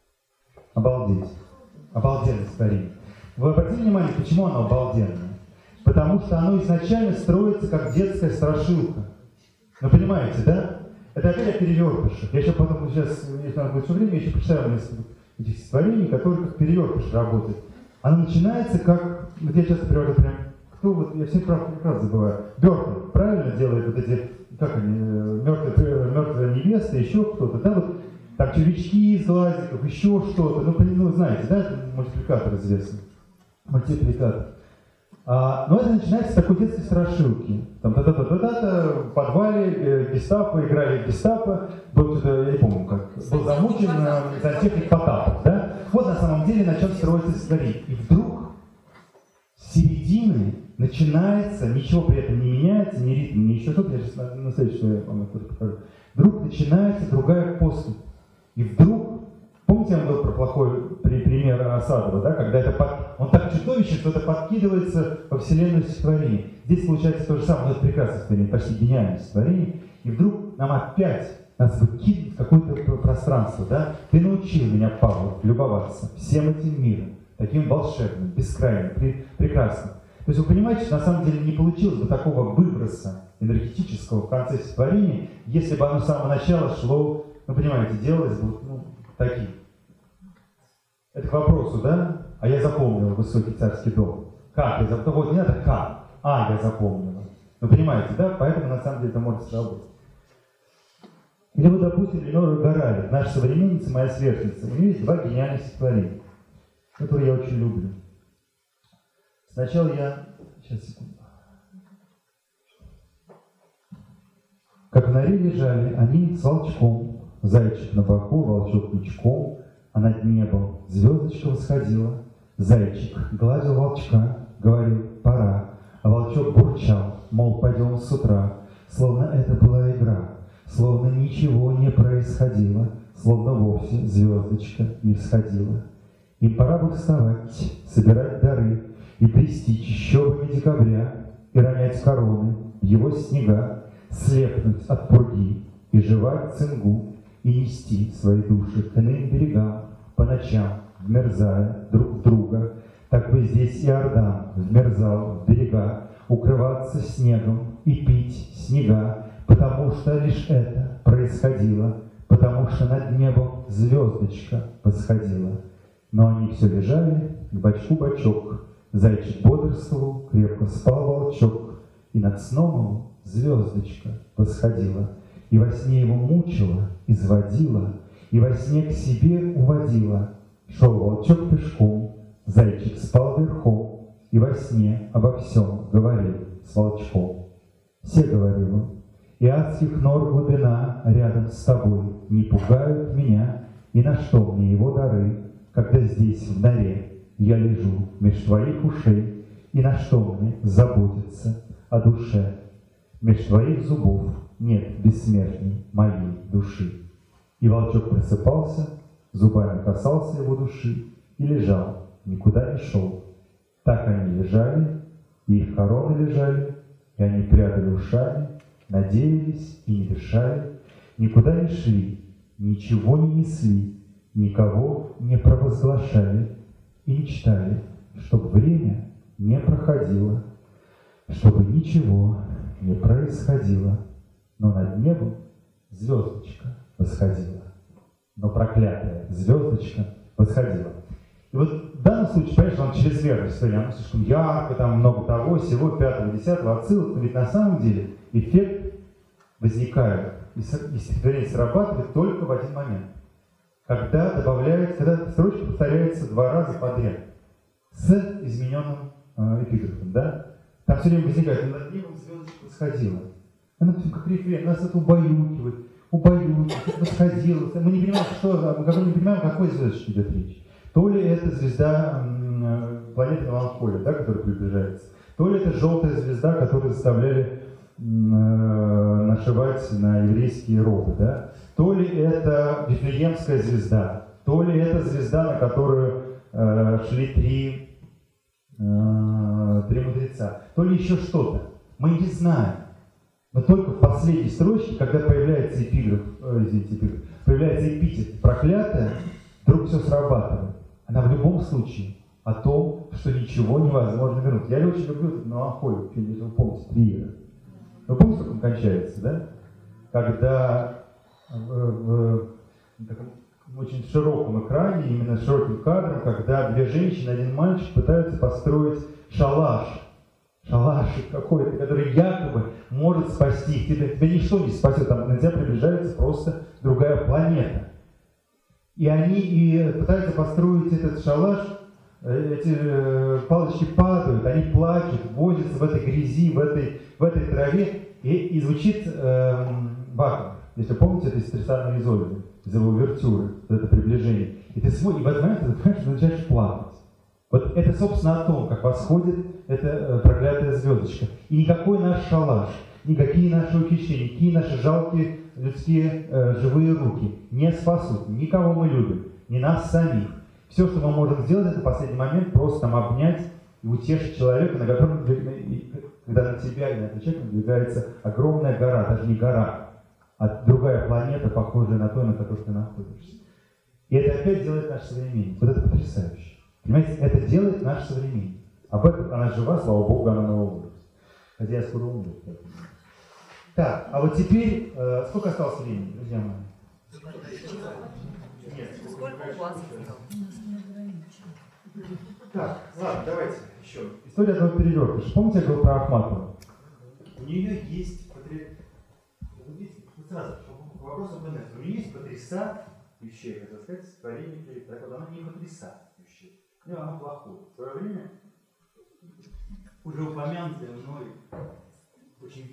Обалдеть. Обалденное стихотворение. Вы обратили внимание, почему оно обалденное? Потому что оно изначально строится как детская страшилка. Вы понимаете, да? Это опять о перевертышах. Я еще потом, сейчас, если надо будет все время, я еще прочитаю несколько этих стихотворений, которые как перевертыш работают. Оно начинается как, вот я часто перевожу прям, кто вот, я все прекрасно забываю, Бёртон, правильно делает вот эти, как они, мертвая невеста, еще кто-то, да, вот, там червячки из глазиков, еще что-то, ну знаете, да, это мультипликатор известный, мультипликатор. Но это начинается с такой детской страшилки. Там в подвале гестапо, играли в гестапо, был кто-то, я не помню как, был замучен сантехник Потапов, да? Вот на самом деле на чем строится история. И вдруг с середины начинается, ничего при этом не меняется, ни ритм, ни еще что-то, я сейчас на следующее вам это покажу. Вдруг начинается другая поступь. И вдруг, помните, я был про плохой пример Асадова, да, когда это он так чудовищен, что это подкидывается во вселенную стихотворения. Здесь получается то же самое, но это прекрасное стихотворение, почти гениальное стихотворение. И вдруг нам опять нас выкидывает в какое-то пространство, да. Ты научил меня, Павлов, любоваться всем этим миром, таким волшебным, бескрайним, прекрасным. То есть вы понимаете, что на самом деле не получилось бы такого выброса энергетического в конце стихотворения, если бы оно с самого начала шло, ну понимаете, делалось бы таким. Это к вопросу, да? А я запомнил высокий царский дом. Как я запомнил? Вот не надо как. Я запомнила. Вы понимаете, да? Поэтому на самом деле это может сработать. Или вот, допустим, Ленора Горалик, наша современница, моя сверстница. У нее есть два гениальных стихотворения, которые я очень люблю. Сначала я... Сейчас, секунду. Как в норе лежали они с волчком, зайчик на боку, волчок ничком, а над небом звездочка восходила. Зайчик гладил волчка, говорил: пора, а волчок бурчал, мол, пойдем с утра. Словно это была игра, словно ничего не происходило, словно вовсе звездочка не всходила. Им пора бы вставать, собирать дары и трясти чащобами декабря, и ронять короны в его снега, слепнуть от пурги и жевать цингу, и нести свои души к иным берегам, по ночам вмерзая друг в друга. Так бы здесь Иордан вмерзал в берега, укрываться снегом и пить снега, потому что лишь это происходило, потому что над небом звездочка восходила. Но они все лежали, к бочку бочок, зайчик бодрствовал, крепко спал волчок, и над сном ему звездочка восходила, и во сне его мучила, изводила, и во сне к себе уводила. Шел волчок пешком, зайчик спал верхом, и во сне обо всем говорил с волчком. Все говорил он: и адских нор глубина рядом с тобой не пугают меня, и на что мне его дары, когда здесь в норе я лежу меж твоих ушей, и на что мне заботиться о душе? Меж твоих зубов нет бессмертней моей души. И волчок просыпался, зубами касался его души и лежал, никуда не шел. Так они лежали, и их короны лежали, и они прятали ушами, надеялись и не дышали, никуда не шли, ничего не несли, никого не провозглашали и мечтали, чтобы время не проходило, чтобы ничего не происходило, но над небом звездочка восходила. Но проклятая звездочка восходила. И вот в данном случае, конечно, он чрезмерно история, оно слишком ярко, там много того, всего, 5-го, 10-го отсылок, но ведь на самом деле эффект возникает, и стихотворение срабатывает только в один момент. Когда добавляется, когда строчка повторяется 2 раза подряд с измененным эпиграфом, да? Там все время возникает: над небом звездочка восходила. Она как рефрен, нас это убаюкивает, восходила. Мы не понимаем, мы не понимаем, о какой звездочке идет речь. То ли это звезда планеты Меланхолия, да, которая приближается, то ли это желтая звезда, которую заставляли нашивать на еврейские робы, да, то ли это Вифлеемская звезда, то ли это звезда, на которую шли три мудреца, то ли еще что-то. Мы не знаем. Но только в последней строчке, когда появляется появляется эпитет «проклятая», вдруг все срабатывает. Она в любом случае о том, что ничего невозможно вернуть. Я очень люблю эту меланхолию, если вы помните, Триера. Вы помните, как он кончается, да? Когда в таком очень широком экране, именно широким кадром, когда 2 женщины, 1 мальчик пытаются построить шалаш какой-то, который якобы может спасти их. Тебя ничто не спасет, там на тебя приближается просто другая планета. И они пытаются построить этот шалаш, эти палочки падают, они плачут, возятся в этой грязи, в этой траве, и звучит Вагнер. Если помните, это из Тристана и Изольды, из его увертюры, это приближение. И ты смотришь, и в этот момент ты понимаешь, что начинаешь плакать. Вот это, собственно, о том, как восходит эта проклятая звездочка. И никакой наш шалаш, никакие наши ухищрения, никакие наши жалкие людские живые руки не спасут никого мы любим, ни нас самих. Все, что мы можем сделать, это в последний момент просто там обнять и утешить человека, на котором, когда на тебя и на этого человека надвигается огромная гора, даже не гора, а другая планета, похожая на той, на которой ты находишься. И это опять делает наш современник. Вот это потрясающе. Понимаете, это делает наш современник. Об этом она жива, слава богу, она на возраст. Хотя я скоро умру. Так, а вот теперь, сколько осталось времени, друзья мои? Нет. Сколько у вас осталось? Так, ладно, давайте еще. История одного перевертыша. Помните, я говорил про Ахматову? У нее есть сразу, чтобы вопрос об инерции. У нее есть потрясающее, как сказать, творение, так вот, оно не потрясающее. Ну, оно плохое. В свое время уже упомянутое мной очень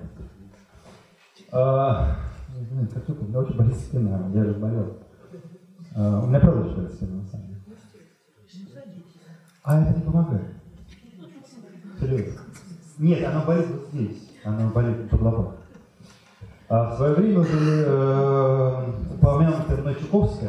у меня очень болит спина, я же болел. У меня правда очень болит спина, на самом деле. А это не помогает. Серьезно. Нет, она болит вот здесь. Она болит под лобок. А в свое время уже упомянутая мной Чуковская.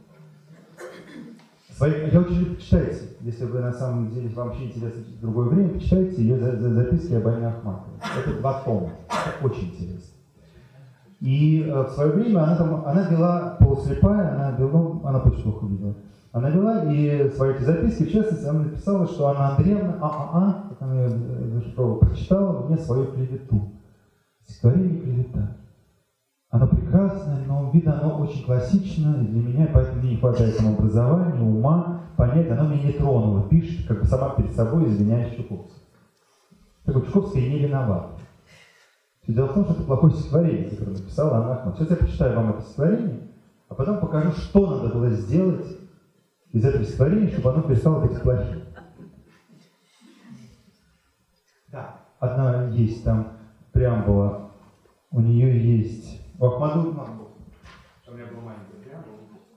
Я очень люблю, почитайте. Если вы на самом деле вам вообще интересно в другое время, почитайте ее записки об Анне Ахматовой. Это 2 тома. Это очень интересно. И в свое время она вела полуслепая, она очень плохо видела. Она вела и свои эти записки, в частности, она написала, что Анна Андреевна, как она ее прочитала мне свою клевету. Стихотворение «Клевета». Оно прекрасное, но видно, оно очень классичное, и для меня, поэтому мне не хватает там образования, ума, понять, оно меня не тронуло. Пишет, как бы сама перед собой, извиняясь, Чуковская. Так вот, Чуковская не виновата. Дело в том, что это плохое стихотворение, которое написала Анна Ахматова. Сейчас я прочитаю вам это стихотворение, а потом покажу, что надо было сделать из этого стихотворения, чтобы оно перестало быть плохим. Да, одна есть там преамбула, у нее есть... У Ахматовой, у меня была маленькая преамбула.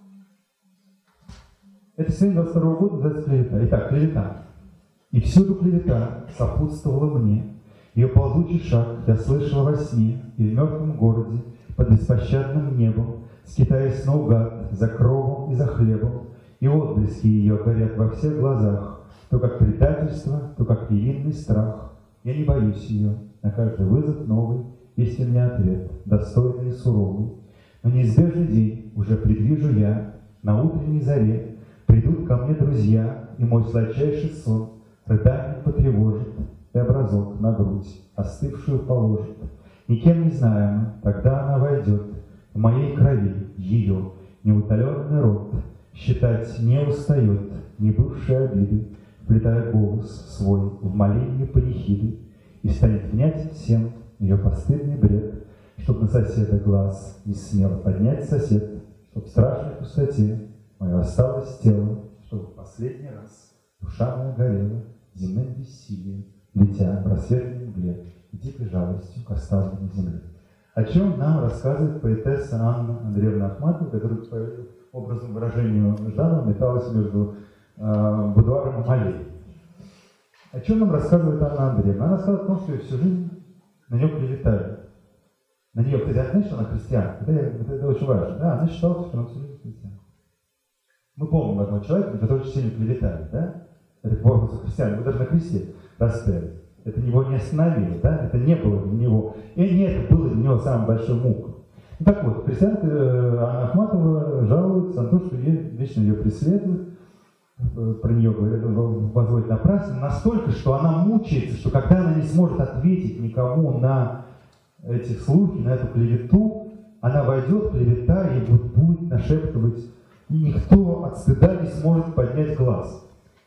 Это 722 года называется «Клевета». Итак, клевета. И всюду клевета сопутствовала мне. Ее ползучий шаг я слышала во сне, и в мертвом городе, под беспощадным небом, скитаясь наугад за кровом и за хлебом, и отблески ее горят во всех глазах, то как предательство, то как невинный страх. Я не боюсь ее, на каждый вызов новый есть у меня ответ, достойный и суровый. Но неизбежный день уже предвижу я, на утренней заре придут ко мне друзья, и мой сладчайший сон рыданием потревожит, и образок на грудь остывшую положит. Никем не знаемо, тогда она войдет в моей крови ее неутоленный рот, считать не устает не бывшие обиды, вплетая голос свой в моленье панихиды, и станет внять всем ее постыдный бред, чтоб на соседа глаз не смел поднять сосед, чтоб в страшной пустоте мое осталось тело, чтобы в последний раз душа моя горела земным бессилием, летя в рассветной мгле и дикой жалостью к оставленной земле. О чем нам рассказывает поэтесса Анна Андреевна Ахматова, которая, по образному выражению Жданова, металась между будуаром и аллеей. О чем нам рассказывает Анна Андреевна? Она рассказывает о том, что всю жизнь на нее клеветали. На нее, кстати, знаешь, что она христианка? Это очень важно. Да, она считала, что она всю жизнь христианка. Мы помним одного человека, который очень сильно клеветали, да? Это по образу христиан. Его даже на кресте распяли. Это его не остановило, да? Это не было для него. И не это было для него самой большой мукой. Ну, так вот, христианка Анна Ахматова жалуется на то, что вечно ее преследуют. Про нее говорят, возводят напрасно, настолько, что она мучается, что когда она не сможет ответить никому на эти слухи, на эту клевету, она войдет, клевета, и будет нашептывать, и никто от стыда не сможет поднять глаз.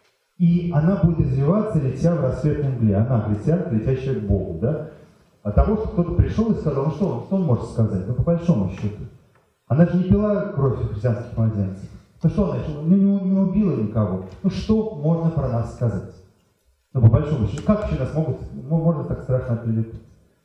И она будет извиваться, летя в рассветной мгле. Она христианка, летящая к Богу, да? От того, что кто-то пришел и сказал, ну что он может сказать? Ну, по большому счету. Она же не пила кровь христианских младенцев. Ну что она еще не убила никого? Ну что можно про нас сказать? Ну, по большому счету, как вообще нас можно так страшно оклеветать?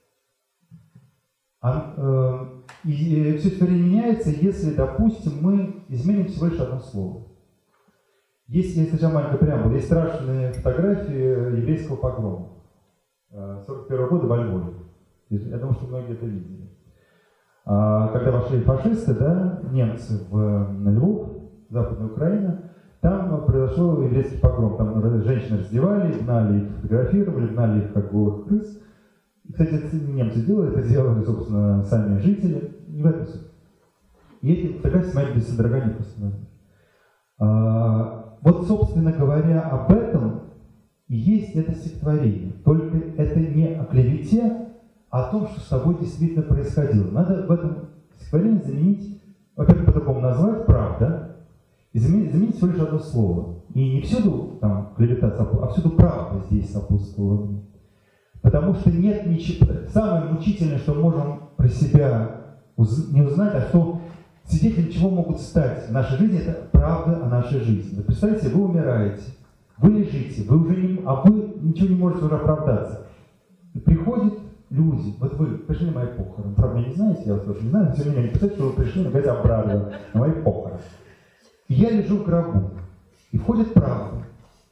И все история меняется, если, допустим, мы изменим всего лишь одно слово. Есть сначала маленькая преамбула, есть страшные фотографии еврейского погрома 1941 года во Львове. Я думаю, что многие это видели. Когда вошли фашисты, да, немцы в Львов, Западная Украина, там произошел еврейский погром. Там женщин раздевали, гнали их, фотографировали, гнали их как голых крыс. И, кстати, это не немцы делали, это делали, собственно, сами жители. Не в этом суть. И эти фотографии смотрели без содрогания просто. Вот, собственно говоря, об этом и есть это стихотворение. Только это не о клевете, а о том, что с тобой действительно происходило. Надо в этом стихотворении заменить, во-первых, по-другому назвать «правда», и заменить всего лишь одно слово. И не всюду там клевета, а всюду правда здесь сопутствовала мне. Потому что нет ничего. Самое мучительное, что мы можем про себя не узнать, а что свидетелем чего могут стать в нашей жизни, это правда о нашей жизни. Вы представляете, вы умираете, вы лежите, вы уже вы ничего не можете уже оправдаться. И приходят люди, вот вы пришли на мои похороны, правда, меня не знаете, я вас тоже не знаю, но тем не менее, представьте, что вы пришли на газету «Обрадован» на мои похороны. И я лежу в гробу, и входит правда.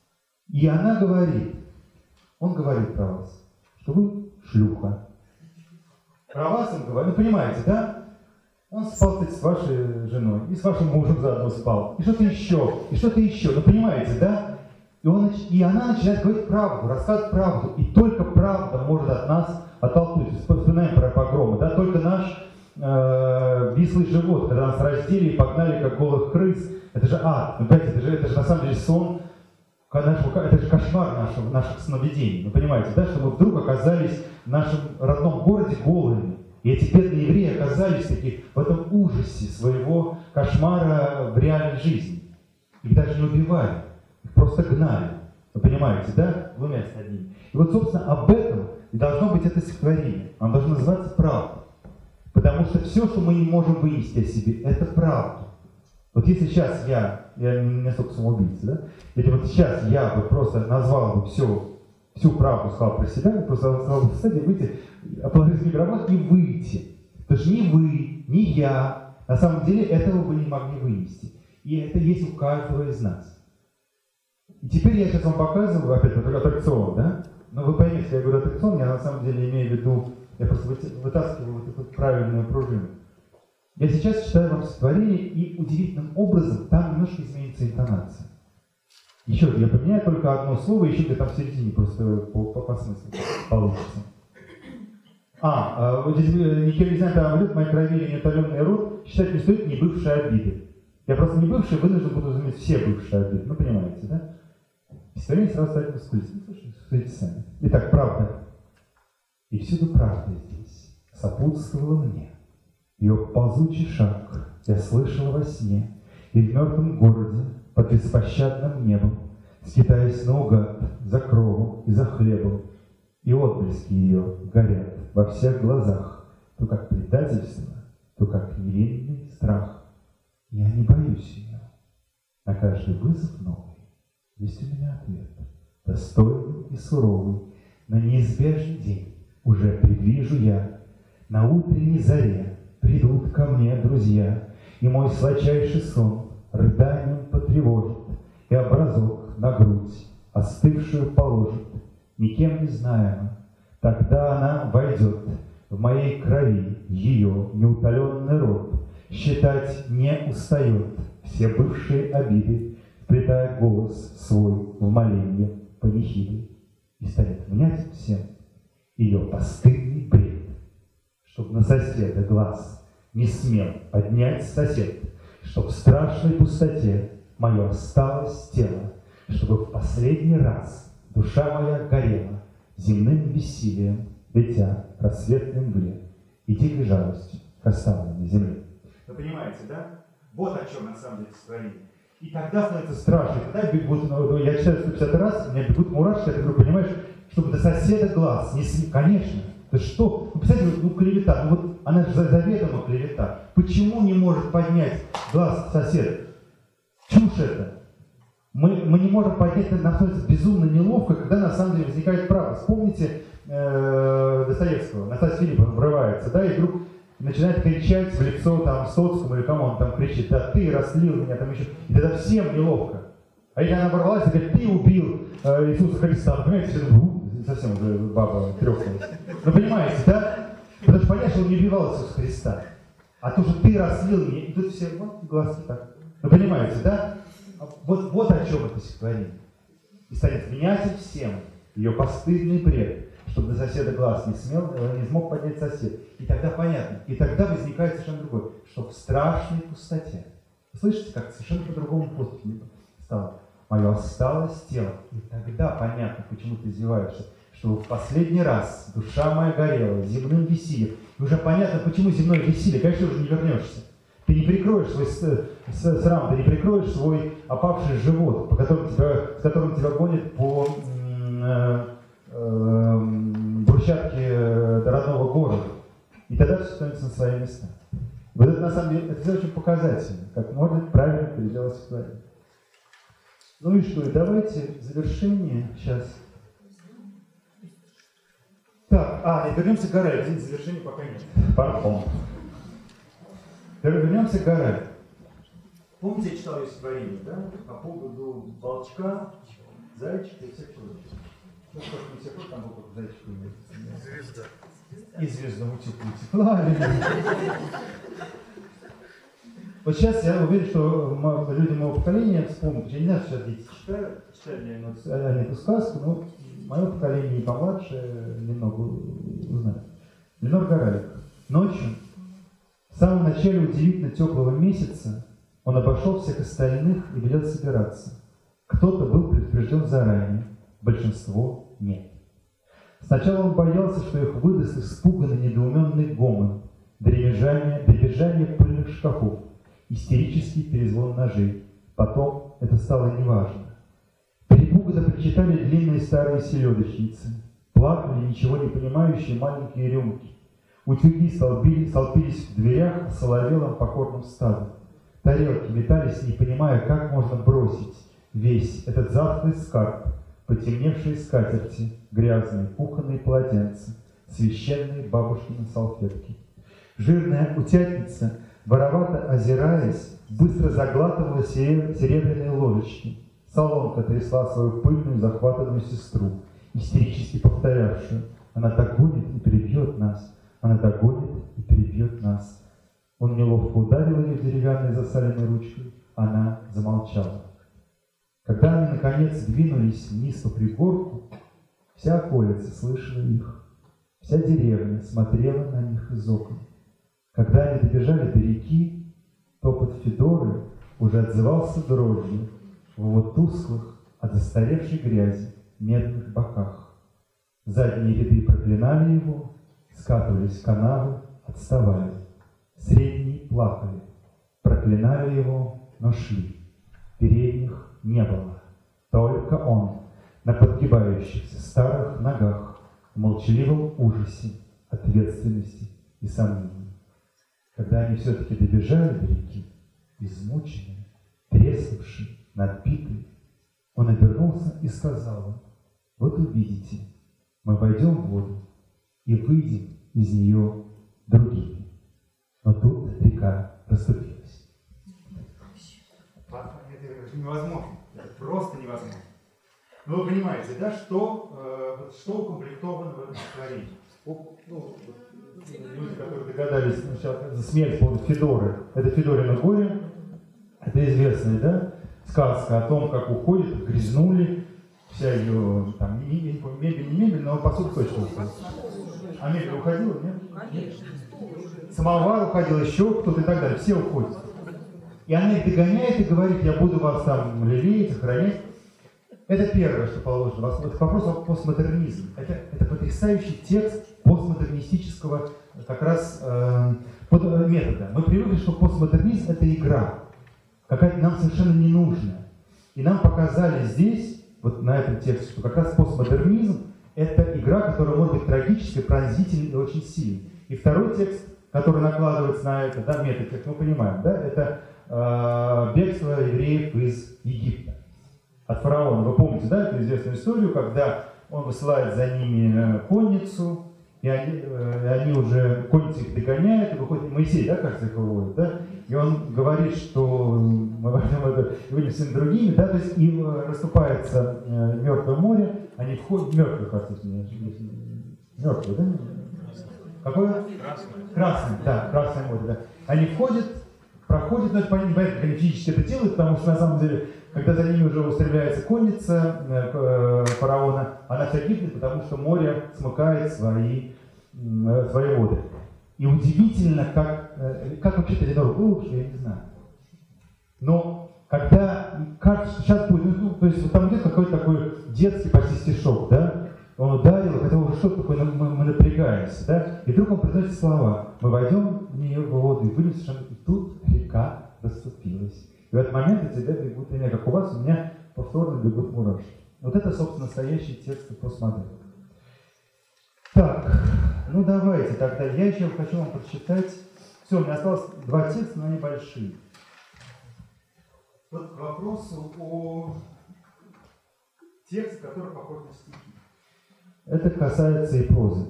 И она говорит, он говорит про вас, что вы шлюха. Про вас он говорит, ну понимаете, да? Он спал, кстати, с вашей женой, и с вашим мужем заодно спал, и что-то еще, ну понимаете, да? И она начинает говорить правду, рассказывать правду, и только правда может от нас оттолкнуть. Вспоминаем про погромы, да? Только наш вислый живот, когда нас раздели и погнали, как голых крыс, это же ад, ну понимаете, это же на самом деле сон, это же кошмар наших сновидений, вы понимаете, да, что мы вдруг оказались в нашем родном городе голыми, и эти бедные евреи оказались таки в этом ужасе своего кошмара в реальной жизни. Их даже не убивали, их просто гнали, вы понимаете, да, глумясь над ними. И вот, собственно, об этом и должно быть это стихотворение, оно должно называться «Правда», потому что все, что мы не можем вынести о себе, это правда. Вот если сейчас я не столько самоубийца, да? Если вот сейчас я бы просто назвал бы всю правду, сказал про себя, просто сказал бы, кстати, выйти, положить микрофон и выйти. Потому что ни вы, ни я, на самом деле, этого бы не могли вынести. И это есть у каждого из нас. И теперь я сейчас вам показываю, опять аттракцион, да? Но вы поймите, я говорю аттракцион, я на самом деле имею в виду, я просто вытаскиваю вот эту правильную пружину. Я сейчас читаю вам стихотворение, и удивительным образом там немножко изменится интонация. Еще я поменяю только одно слово, еще где-то там в середине просто по смыслу получится. Вот здесь никем не знает, там идет в моей крови или неутоленный род, считать не стоит не бывшие обиды. Я просто не бывший, вынужден буду заменить все бывшие обиды. Ну, понимаете, да? Стихотворение сразу ставит маскулизм. Слушайте сами. Итак, правда. И всюду правда здесь сопутствовала мне. Ее ползучий шаг я слышал во сне, и в мертвом городе под беспощадным небом, скитаясь наугад за кровом и за хлебом, и отблески ее горят во всех глазах, то как предательство, то как невинный страх. Я не боюсь ее. На каждый вызов новый есть у меня ответ, достойный и суровый. На неизбежный день уже предвижу я, на утренней заре придут ко мне друзья, и мой сладчайший сон рыданием потревожит, и образок на грудь остывшую положит, никем не знаемо. Тогда она войдет в моей крови, ее неутоленный род считать не устает все бывшие обиды, вплетая голос свой в моленье панихиды, и станет внять всем ее постыдный бред, чтоб на соседа глаз не смел поднять сосед, чтоб в страшной пустоте мое осталось тело, чтобы в последний раз душа моя горела земным бессилием, летя в рассветной мгле и дикой жалостью к оставленной земле. Вы понимаете, да? Вот о чем на самом деле стихотворение. И тогда становится страшно, когда бегут, я читаю 150 раз, у меня бегут мурашки, я говорю, понимаешь, чтобы до соседа глаз не смел, конечно. Да что? Ну, представляете, клевета, вот она же заведомо клевета. Почему не может поднять глаз сосед? Чушь это. Мы не можем поднять, нам становится безумно неловко, когда на самом деле возникает правда. Вспомните Достоевского, Настасья Филипповна врывается, да, и вдруг начинает кричать в лицо там Стоцкому или кому он там кричит, да ты растлил меня там еще, и тогда всем неловко. А если она ворвалась и говорит, ты убил Иисуса Христа, понимаете, совсем уже баба трёхнулась. Вы понимаете, да? Потому что понятно, что он не убивал Иисуса Христа. А то, что ты растлил меня, и тут все, вот, глазки так. Вы понимаете, да? Вот о чем это стихотворение. И станет внятен всем ее постыдный бред, чтобы до соседа глаз не смог поднять сосед. И тогда понятно. И тогда возникает совершенно другое, что в страшной пустоте. Слышите, как совершенно по-другому поступить стало? мое осталось тело. И тогда понятно, почему ты издеваешься, что в последний раз душа моя горела земным весельем. И уже понятно, почему земное веселье, конечно, уже не вернешься. Ты не прикроешь свой срам, ты не прикроешь свой опавший живот, с которым тебя гонят по брусчатке до родного города. И тогда все становится на свои места. Вот это, на самом деле, это очень показательно, как можно правильно переделать стихотворение. Ну и что, и давайте в завершение сейчас. Так, вернемся к Гараю. Здесь завершения пока нет. Пардон. Вернемся к Гараю. Помните, я читал ее стихотворение, да? По поводу волчка, зайчика и всех прочего. Ну, что не всех прочего, там был какой-то зайчик у меня. Звезда. И звезда утекла. Вот сейчас я уверен, что люди моего поколения вспомнят. Я не знаю, что сейчас дети читали они эту сказку, но мое поколение и помладше немного узнает. Ленор Гараев. Ночью, в самом начале удивительно теплого месяца, он обошел всех остальных и велел собираться. Кто-то был предупрежден заранее, большинство нет. Сначала он боялся, что их выдаст испуганный, недоуменный гомон, дребезжание пыльных шкафов, истерический перезвон ножей. Потом это стало неважно. Перепуганно причитали длинные старые селедочницы. Плакали ничего не понимающие маленькие рюмки. Утюги столпились в дверях соловелым покорным стадом. Тарелки метались, не понимая, как можно бросить весь этот затхлый скарб, потемневшие скатерти, грязные кухонные полотенца, священные бабушкины салфетки. Жирная утятница, воровато озираясь, быстро заглатывала серебряные ложечки. Соломка трясла свою пыльную захватанную сестру, истерически повторявшую: «Она догонит и перебьет нас! Она догонит и перебьет нас!» Он неловко ударил ее деревянной засаленной ручкой. Она замолчала. Когда они, наконец, двинулись вниз по пригорку, вся околица слышала их. Вся деревня смотрела на них из окон. Когда они добежали до реки, топот Федоры уже отзывался дрожью в его тусклых, от застаревшей грязи, медных боках. Задние ряды проклинали его, скатывались в канавы, отставали. Средние плакали, проклинали его, но шли. Передних не было. Только он на подгибающихся старых ногах, в молчаливом ужасе, ответственности и сомнений. Когда они все-таки добежали до реки, измученные, треснувшие, надбитые, он обернулся и сказал им: «Вот увидите, мы войдем в воду и выйдем из нее другими». Но тут река расступилась. Это невозможно. Это просто невозможно. Но вы понимаете, да, что укомплектовано в этом стихотворении? Люди, которые догадались сначала за смерть по поводу Федоры, это Федорино горе, это известная, да, сказка о том, как уходит, грязнули, вся ее, там, мебель, не мебель, но посуда точно уходит. А мебель уходила, нет? Конечно. Самовар уходил, еще кто-то и так далее, все уходят. И она их догоняет и говорит: «Я буду вас там лелеять, охранять». Это первое, что положено. Это вопрос о постмодернизме. Это потрясающий текст постмодернистического как раз метода. Мы привыкли, что постмодернизм — это игра, какая-то нам совершенно ненужная. И нам показали здесь, вот на этом тексте, что как раз постмодернизм — это игра, которая может быть трагической, пронзительной и очень сильной. И второй текст, который накладывается на это, да, метод, как мы понимаем, да, это бегство евреев из Египта от фараона. Вы помните, да, эту известную историю, когда он высылает за ними конницу, и они уже, конница их догоняет, и выходит Моисей, да, кажется, их выводит, да, и он говорит, что мы возьмем это и выйдем с другими, да, то есть им расступается Мертвое море, они входят, мертвое, да? Какое? Красное, да, Красное море, да. Они входят, проходят, но это понятно, как они физически это делают, потому что на самом деле, когда за ними уже устремляется конница фараона, она вся гибнет, потому что море смыкает свои воды. И удивительно, как вообще-то Ленор был, я не знаю. Но когда кажется, сейчас будет, ну, то есть вот там идет какой-то такой детский почти стишок, да, он ударил, хотя уже что-то такое, мы напрягаемся, да, и вдруг он произносит слова, мы войдем в нее в воду и выйдем совершенно, и тут река расступилась. И в этот момент у тебя бегут меня, как у вас, у меня повторно бегут мурашки. Вот это, собственно, настоящие тексты постмодерна. Так, ну давайте тогда, я еще хочу вам прочитать, все, у меня осталось 2 текста, но они большие. Вот к вопросу о тексте, который похож на стихи. Это касается и прозы.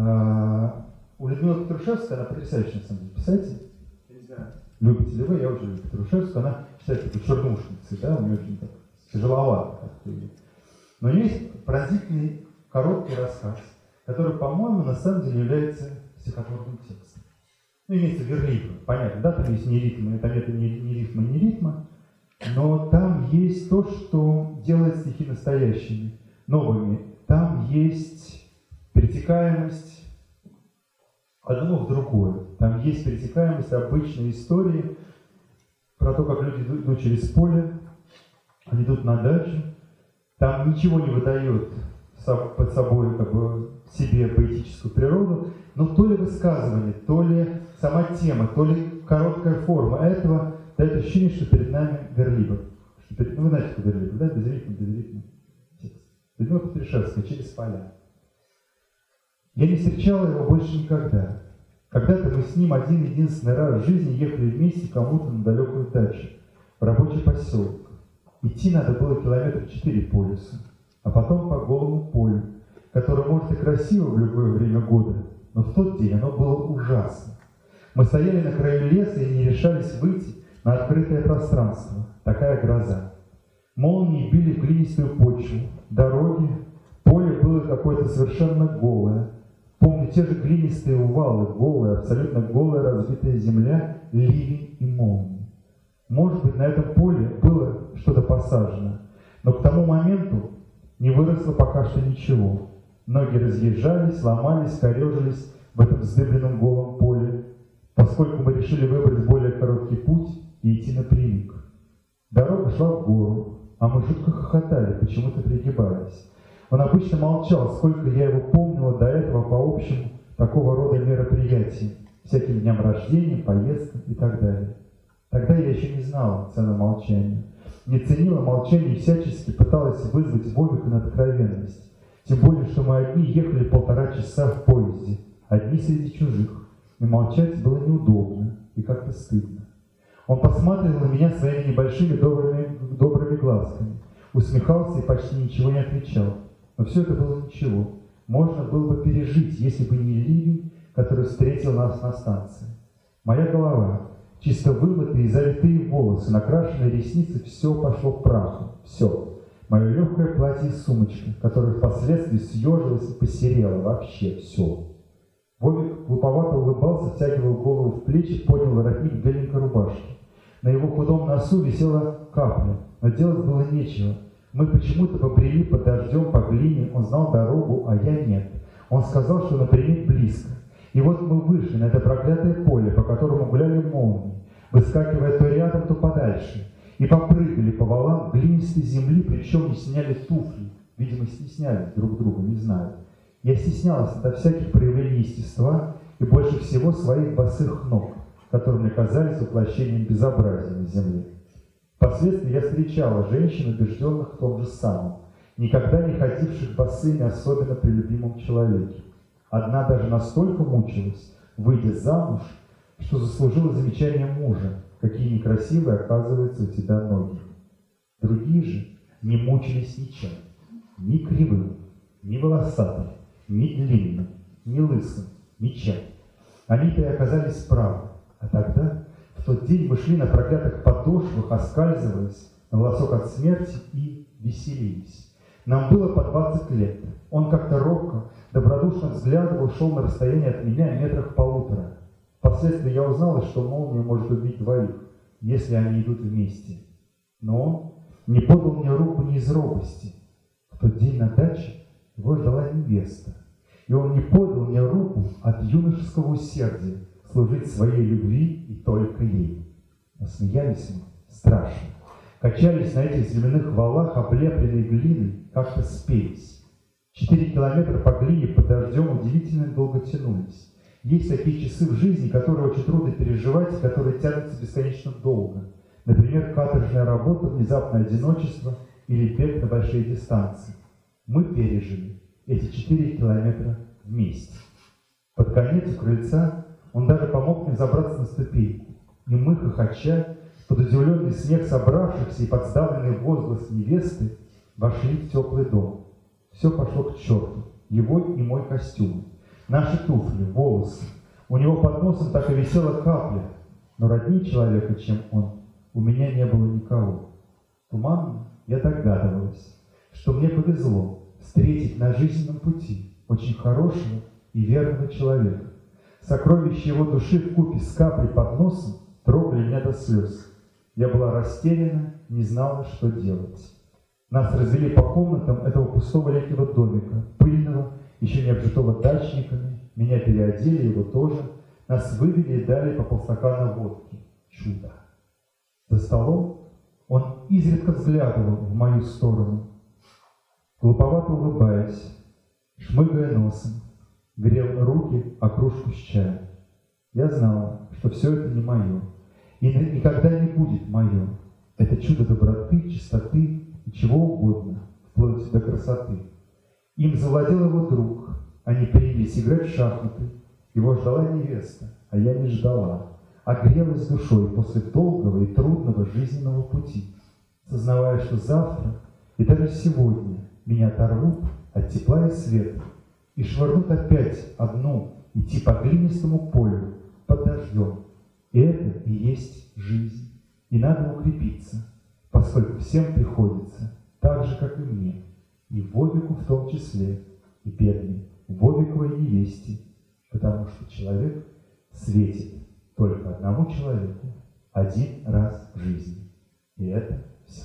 У Людмилы Петрушевской, она потрясающая, на самом деле, писатель. Я не знаю, любите ли вы, я уже люблю Петрушевскую, она считается такой чернушницей, да, у нее очень так тяжеловато как-то. Но у нее есть пронзительный короткий рассказ, который, по-моему, на самом деле является стихотворным текстом. Ну, имеется в виду верлибр, понятно, да, там есть не ритмы, там это не рифма, не ритма, но там есть то, что делает стихи настоящими, новыми. Там есть перетекаемость одного в другое. Там есть перетекаемость обычной истории про то, как люди идут через поле, они идут на дачу. Там ничего не выдает под собой как бы себе поэтическую природу, но то ли высказывание, то ли сама тема, то ли короткая форма этого дает ощущение, что перед нами верлибр. Ну, вы знаете, что верлибр, да? Безрифмый текст. Людмила Петрушевская «Через поля». Я не встречал его больше никогда. Когда-то мы с ним один-единственный раз в жизни ехали вместе кому-то на далекую дачу, в рабочий поселок. Идти надо было 4 километра по лесу, а потом по голому полю, которое может и красиво в любое время года, но в тот день оно было ужасно. Мы стояли на краю леса и не решались выйти на открытое пространство. Такая гроза. Молнии били в глинистую почву, дороги, поле было какое-то совершенно голое. Помню те же глинистые увалы, голая, абсолютно голая разбитая земля, ливень и молнии. Может быть, на этом поле было что-то посажено, но к тому моменту не выросло пока что ничего. Ноги разъезжались, ломались, корежились в этом вздыбленном голом поле, поскольку мы решили выбрать более короткий путь и идти напрямик. Дорога шла в гору, а мы жутко хохотали, почему-то пригибались. Он обычно молчал, сколько я его помнила до этого по общему такого рода мероприятиям, всяким дням рождения, поездкам и так далее. Тогда я еще не знала цену молчания, не ценила молчание и всячески пыталась вызвать Вовика на откровенность. Тем более, что мы одни ехали 1,5 часа в поезде, одни среди чужих, и молчать было неудобно и как-то стыдно. Он посматривал на меня своими небольшими добрыми глазками, усмехался и почти ничего не отвечал. Но все это было ничего. Можно было бы пережить, если бы не ливень, который встретил нас на станции. Моя голова, чисто вымытые и залитые волосы, накрашенные ресницы, все пошло прахом. Все. Мое легкое платье и сумочка, которое впоследствии съежилось и посерело. Вообще все. Вовик глуповато улыбался, втягивал голову в плечи, поднял воротник беленькой рубашки. На его худом носу висела капля, но делать было нечего. Мы почему-то побрели под дождем по глине, он знал дорогу, а я нет. Он сказал, что напрямик близко. И вот мы вышли на это проклятое поле, по которому гуляли молнии, выскакивая то рядом, то подальше, и попрыгали по валам глинистой земли, причем не сняли туфли. Видимо, стеснялись друг друга, не знаю. Я стеснялась до всяких проявлений естества и больше всего своих босых ног, которые мне казались воплощением безобразия на земле. Впоследствии я встречала женщин, убежденных в том же самом, никогда не ходивших босыми, особенно при любимом человеке. Одна даже настолько мучилась, выйдя замуж, что заслужила замечание мужа, какие некрасивые, оказываются, у тебя ноги. Другие же не мучились ничем, ни кривым, ни волосатым, ни длинным, ни лысым, ничем. Они-то и оказались правы. А тогда, в тот день, мы шли на проклятых подошвах, оскальзываясь на волосок от смерти и веселились. Нам было по 20 лет. Он как-то робко, добродушно взглядывал, шел на расстояние от меня 1,5 метра. Впоследствии я узнала, что молния может убить 2, если они идут вместе. Но он не подал мне руку ни из робости. В тот день на даче его ждала невеста. И он не подал мне руку от юношеского усердия служить своей любви и только ей. Но смеялись мы страшно. качались на этих земляных валах, облепленные глиной, как-то спелись. 4 километра по глине под дождем удивительно долго тянулись. Есть такие часы в жизни, которые очень трудно переживать, и которые тянутся бесконечно долго. Например, каторжная работа, внезапное одиночество или бег на большие дистанции. Мы пережили эти 4 километра вместе. Под конец у крыльца он даже помог мне забраться на ступеньку. И мы, хохоча, под удивленный смех собравшихся и подставленный возглас невесты, вошли в теплый дом. Все пошло к черту. Его и мой костюм. Наши туфли, волосы. У него под носом так и висела капля. Но роднее человека, чем он, у меня не было никого. Туманно я догадывалась, что мне повезло встретить на жизненном пути очень хорошего и верного человека. Сокровища его души вкупе с каплей под носом трогали меня до слез. Я была растеряна, не знала, что делать. Нас развели по комнатам этого пустого летнего домика, пыльного, еще не обжитого дачниками. Меня переодели, его тоже. Нас вывели и дали по полстакана водки. Чудо. За столом он изредка взглядывал в мою сторону, глуповато улыбаясь, шмыгая носом, грел руки о кружку с чаем. Я знала, что все это не мое, и никогда не будет мое. Это чудо доброты, чистоты и чего угодно, вплоть до красоты. Им завладел его друг, они принялись играть в шахматы. Его ждала невеста, а я не ждала, а грелась душой после долгого и трудного жизненного пути, сознавая, что завтра и даже сегодня меня оторвут от тепла и света и швырнут опять одну идти по глинистому полю под дождем. И это и есть жизнь. И надо укрепиться, поскольку всем приходится так же, как и мне, и Вовику в том числе, и бедной Вовиковой невесте, потому что человек светит только одному человеку один раз в жизни. И это все.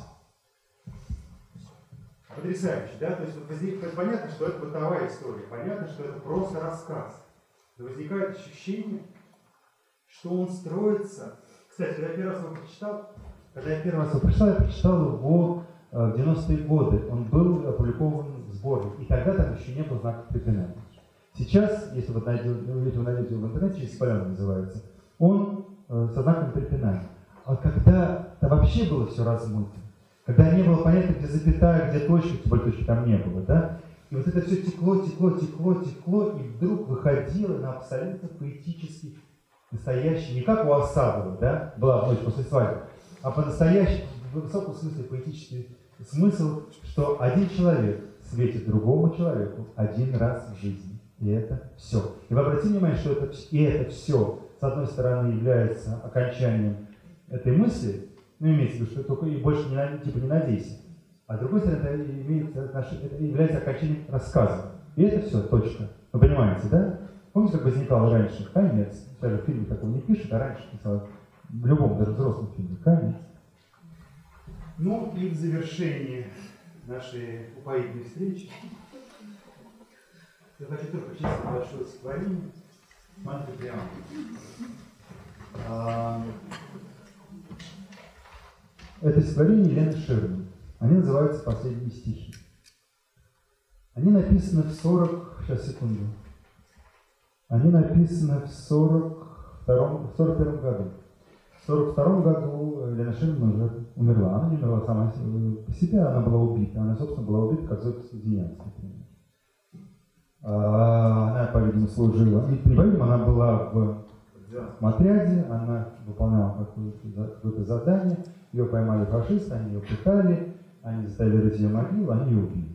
Потрясающе, да? То есть вот понятно, что это бытовая история, понятно, что это просто рассказ. Но возникает ощущение, что он строится. Кстати, когда я первый раз его прочитал, я прочитал его в 90-е годы. Он был опубликован в сборник. И тогда там еще не было знаков препинания. Сейчас, если вы найдете его в интернете, «Исполен» называется, он со знаком препинания. А когда там вообще было все размыто, когда не было понятно, где запятая, где точка, тем более точки там не было, да? И вот это все текло, и вдруг выходило на абсолютно поэтический, настоящий, не как у Асадова, да, была ночь после свадьбы, а по-настоящему, в высоком смысле поэтический смысл, что один человек светит другому человеку один раз в жизни. И это все. И вы обратите внимание, что это все, с одной стороны, является окончанием этой мысли, ну, имеется в виду, что только и больше не надейся. А с другой стороны, это является окончанием рассказа. И это все, точка. Вы понимаете, да? Помните, как возникал раньше? Конец. Даже в фильме такого не пишет, а раньше писал. В любом, даже взрослом фильме. Конец. Ну и в завершении нашей упоительной встречи я хочу только прочесть небольшое стихотворение. Смотрите прямо. Это стихотворение Елены Ширман. Они называются «Последние стихи». Они написаны в 41 году. В 42 году Елена Ширман уже умерла. Она не умерла сама по себе, она была убита. Она, собственно, была убита как Зоя Демьянская, например. Она, по-видимому, служила. По-видимому, она была в отряде, она выполняла какое-то задание. Ее поймали фашисты, они ее пытали, они заставили рыть ее могилу, они ее убили.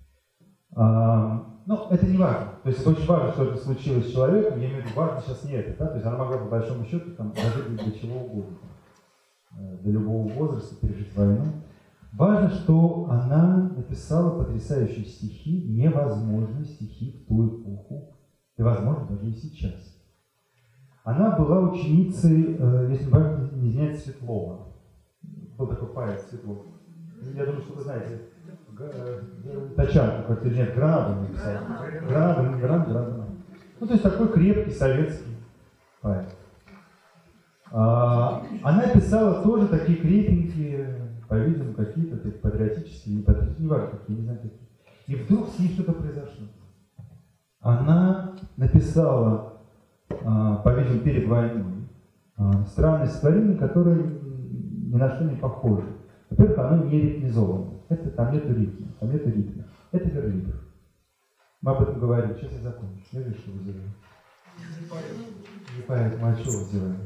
Но это не важно. То есть это очень важно, что это случилось с человеком. Я имею в виду, важно сейчас не это. Да? То есть она могла, по большому счету, дожить до чего угодно. До любого возраста, пережить войну. Важно, что она написала потрясающие стихи, невозможные стихи в ту эпоху, и, возможно, даже и сейчас. Она была ученицей, если не знать, Светлова. Был такой поэт Светлов. Я думаю, что вы знаете. Тачанку, как или нет, Гранаду написал. Гранаду. Ну, то есть такой крепкий советский поэт. Она писала тоже такие крепенькие по-видимому, какие-то патриотические, неважно какие, не знаю какие. И вдруг с ней что-то произошло. Она написала, по-видимому, перед войной, странное стихотворение, которое ни на что не похоже. Во-первых, оно не ритмизовано. Там нету ритма. Это верлибр. Мы об этом говорили. Сейчас я закончу. Я вижу, что вы делаете. Не поэтому, а что вы делаете?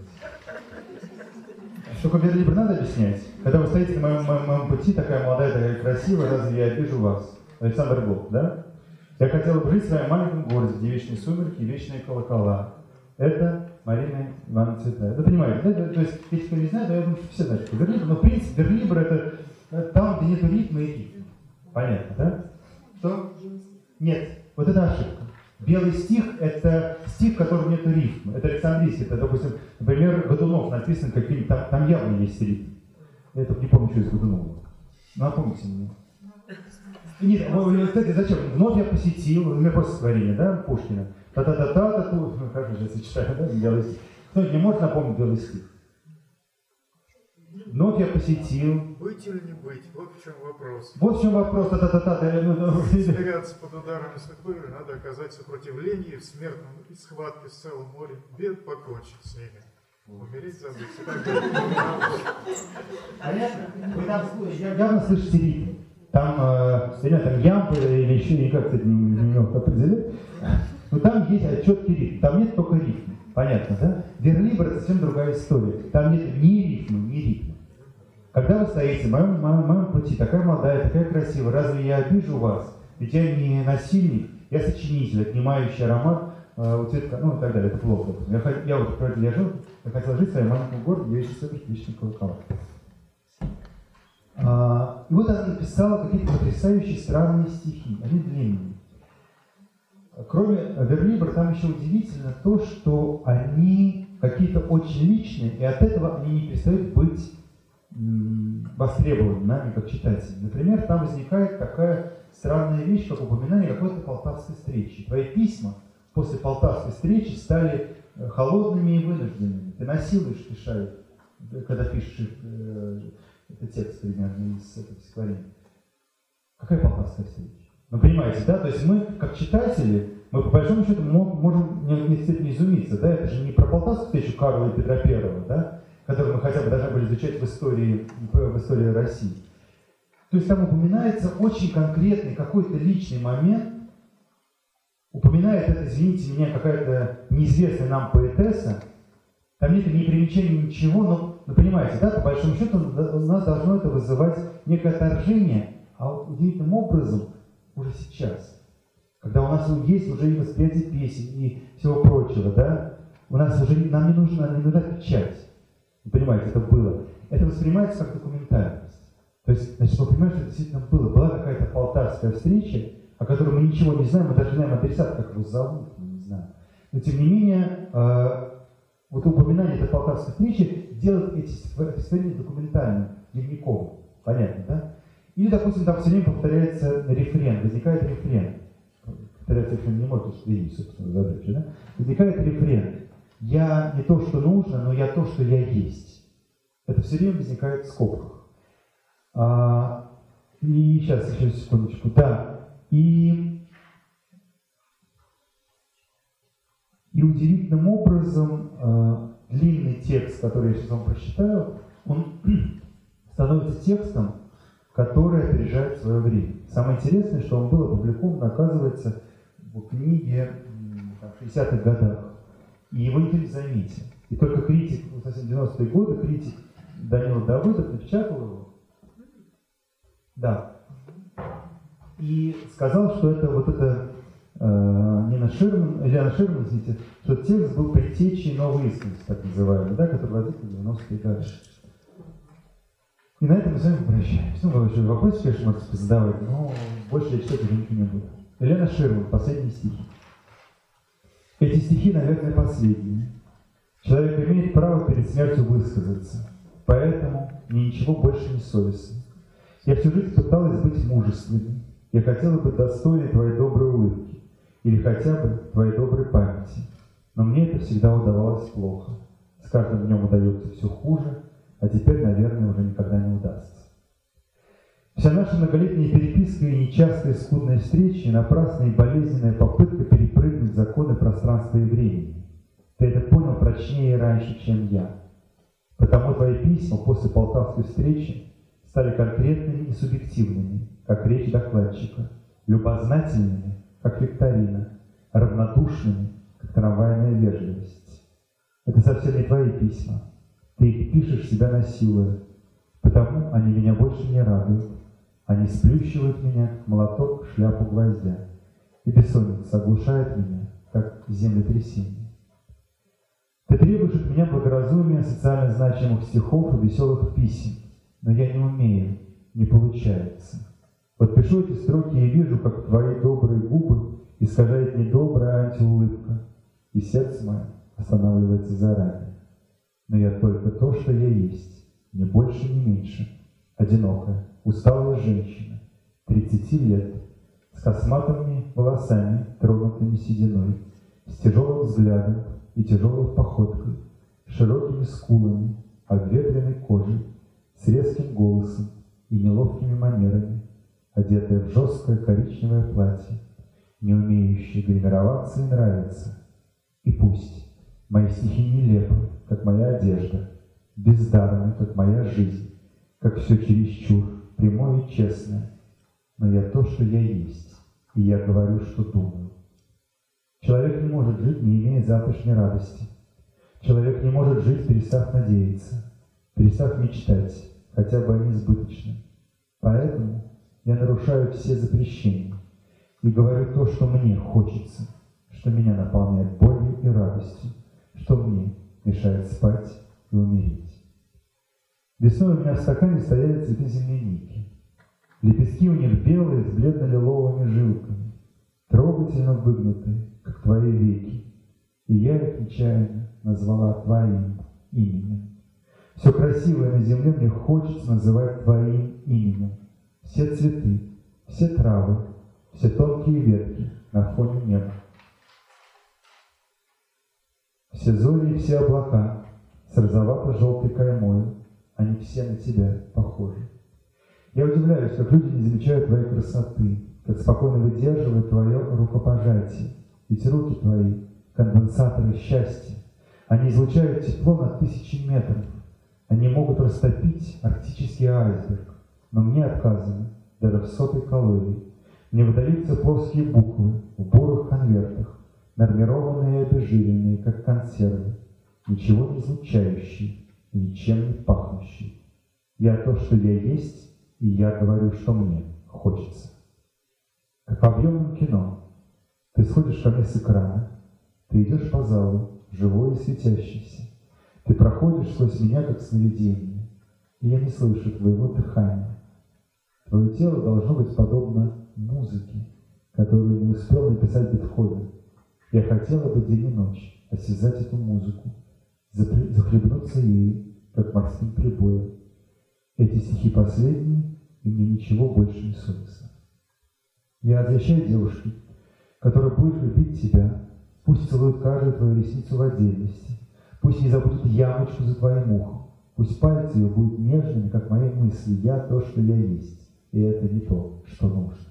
Что такое верлибр, надо объяснять? Когда вы стоите на моем пути, такая молодая, такая красивая, разве я обижу вас? Александр Блок, да? Я хотела бы жить в своем маленьком городе, где вечные сумерки и вечные колокола. Это Марина Ивановна Цветаева. Вы понимаете, да? То есть, если кто не знает, то я думаю, что все знают, что верлибр. Но, в принципе, верлибр это там, где нету ритма и ритма. Понятно, да? Что? Нет, вот это ошибка. Белый стих – это стих, в котором нет рифма. Это Александрийский. Это, допустим, например, Годунов написан каким-то, там явно есть ритм. Я только не помню, что из Годунова. Напомните мне. Нет, кстати, зачем? Вновь я посетил, у меня просто стихотворение, да, Пушкина. Та-та-та-та-та-ту. Хорошо, сейчас я читаю, да, белый стих. Кто-нибудь не может напомнить белый стих? Вновь я посетил. Быть или не быть? Вот в чем вопрос. Вот в чем вопрос. Смиряться под ударами судьбы, надо оказать сопротивление в смертном схватке с целым морем бед, покончить с ними. Умереть, забыть. Понятно? Вы там явно слышите ритм. Там ямпы или еще никак это не мог определить. Но там есть четкий ритм. Там нет только рифма. Понятно, да? Верлибр – это совсем другая история. Там нет ни рифма, ни ритма. Когда вы стоите в моем пути, такая молодая, такая красивая, разве я обижу вас? Ведь я не насильник, я сочинитель, отнимающий аромат у цветка, ну и так далее, это плохо. Я вот я хотел жить в своем маленьком городе, где есть вечный колокола. И вот она написала какие-то потрясающие странные стихи, они длинные. Кроме верлибр, там еще удивительно то, что они какие-то очень личные, и от этого они не перестают быть востребованы нами как читателями. Например, там возникает такая странная вещь, как упоминание какой-то полтавской встречи. Твои письма после полтавской встречи стали холодными и вынужденными. Ты насилуешь, пишешь, когда пишешь этот текст примерно из этого стихотворения. Какая полтавская встреча? Вы понимаете, да? То есть мы, как читатели, мы по большому счету можем не изумиться, да? Это же не про полтавскую встречу Карла и Петра I, да? Которую мы хотя бы должны были изучать в истории России. То есть там упоминается очень конкретный какой-то личный момент, упоминает это, извините меня, какая-то неизвестная нам поэтесса, там нет ни примечания, ничего, но понимаете, да, по большому счету у нас должно это вызывать некое отторжение, а вот удивительным образом уже сейчас, когда у нас есть уже и восприятие песен и всего прочего, да, у нас уже нам не нужна печать. Вы понимаете, это было. Это воспринимается как документальность. То есть, значит, мы понимаем, что это действительно было. Была какая-то полтавская встреча, о которой мы ничего не знаем, мы даже знаем адресат, как его зовут, мы не знаем. Но тем не менее, вот упоминание этой полтавской встречи делает эти стихотворения документальным, дневниковым. Понятно, да? Или, допустим, там все время повторяется рефрен, возникает рефрен. Повторяется рефрен не может, что есть, собственно, задача, да? Возникает рефрен. Я не то, что нужно, но я то, что я есть. Это все время возникает в скобках. И сейчас, еще секундочку. Да. И удивительным образом длинный текст, который я сейчас вам прочитаю, он становится текстом, который опережает свое время. Самое интересное, что он был опубликован, оказывается, в книге в 60-х годах. И его никто не заметил. И только критик, совсем 90-е годы, критик Данила Давыдов напечатал его. Да. И сказал, что это вот это Ильяна Ширман, извините, что текст был предтечей новой искренности, так называемой, да, который возник в 90-е годы. И на этом мы с вами попрощаемся. Ну, вы еще вопросы, конечно, можете задавать, но больше я читать уже не буду. Ильяна Ширман, последние стихи. Эти стихи, наверное, последние. Человек имеет право перед смертью высказаться, поэтому мне ничего больше не совестно. Я всю жизнь пыталась быть мужественной. Я хотела быть достойной твоей доброй улыбки или хотя бы твоей доброй памяти. Но мне это всегда удавалось плохо. С каждым днем удается все хуже, а теперь, наверное, уже никогда не удастся. Вся наша многолетняя переписка и нечастые скудные встречи — напрасная и болезненная попытка перепрыгнуть законы пространства и времени. Ты это понял прочнее и раньше, чем я. Потому твои письма после полтавской встречи стали конкретными и субъективными, как речь докладчика, любознательными, как викторина, равнодушными, как трамвайная вежливость. Это совсем не твои письма. Ты их пишешь, себя насилуя. Потому они меня больше не радуют. Они сплющивают меня, как молоток, шляпу гвоздя. И бессонница оглушает меня, как землетрясение. Ты требуешь от меня благоразумия, социально значимых стихов и веселых писем. Но я не умею, не получается. Вот пишу эти строки и вижу, как твои добрые губы искажает недобрая антиулыбка, и сердце мое останавливается заранее. Но я только то, что я есть, ни больше, ни меньше. Одинокая, усталая женщина, 30 лет, с косматыми волосами, тронутыми сединой, с тяжелым взглядом и тяжелой походкой, широкими скулами, обветренной кожей, с резким голосом и неловкими манерами, одетая в жесткое коричневое платье, не умеющее гримироваться и нравиться. И пусть мои стихи нелепы, как моя одежда, бездарны, как моя жизнь, как все чересчур, прямое и честное, но я то, что я есть, и я говорю, что думаю. Человек не может жить, не имея завтрашней радости. Человек не может жить, перестав надеяться, перестав мечтать, хотя бы о несбыточном. Поэтому я нарушаю все запрещения и говорю то, что мне хочется, что меня наполняет болью и радостью, что мне мешает спать и умереть. Весной у меня в стакане стояли цветы земляники. Лепестки у них белые, с бледно-лиловыми жилками, трогательно выгнутые, как твои веки. И я их нечаянно назвала твоим именем. Все красивое на земле мне хочется называть твоим именем. Все цветы, все травы, все тонкие ветки на фоне неба. Все зори и все облака с розовато-желтой каймой, они все на тебя похожи. Я удивляюсь, как люди не замечают твоей красоты, как спокойно выдерживают твое рукопожатие. Ведь руки твои — конденсаторы счастья. Они излучают тепло на 1000 метров. Они могут растопить арктический айсберг. Но мне отказано даже в 100-й калории. Мне выдаются плоские буквы в бурых конвертах, нормированные и обезжиренные, как консервы, ничего не излучающие и ничем не пахнущие. Я то, что я есть, и я говорю, что мне хочется. Как в объемном кино. Ты сходишь ко мне с экрана, ты идешь по залу, живой и светящийся. Ты проходишь сквозь меня, как сновидение, и я не слышу твоего дыхания. Твое тело должно быть подобно музыке, которую не успел написать Бетховен. Я хотела бы день и ночь осязать эту музыку, захлебнуться ею, как морским прибоем. Эти стихи последние, и мне ничего больше не совестно. Я отвечаю девушке, которая будет любить тебя, пусть целует каждую твою ресницу в отдельности, пусть не забудет ямочку за твоим ухом, пусть пальцы ее будут нежными, как мои мысли, я то, что я есть, и это не то, что нужно.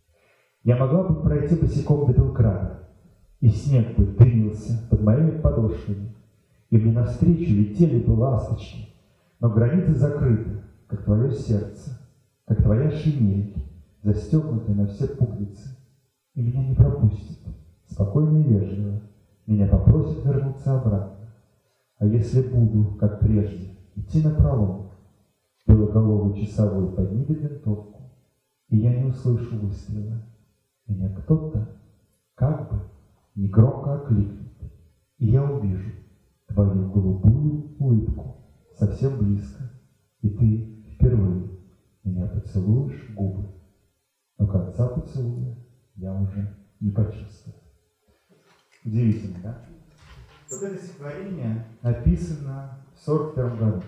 Я могла бы пройти босиком до Белграда, и снег бы дымился под моими подошвами, и мне навстречу летели бы ласточки, но границы закрыты, как твое сердце, как твоя шинель, застегнутая на все пуговицы, и меня не пропустят, спокойно и вежливо, меня попросят вернуться обратно. А если буду, как прежде, идти напролом, белоголовый часовой поднимет винтовку, и я не услышу выстрела, меня кто-то как бы негромко окликнет, и я увижу твою голубую улыбку совсем близко, и ты впервые меня поцелуешь в губы, но конца поцелуя я уже не почувствую. Удивительно, да? Вот это стихотворение написано в 1941 году.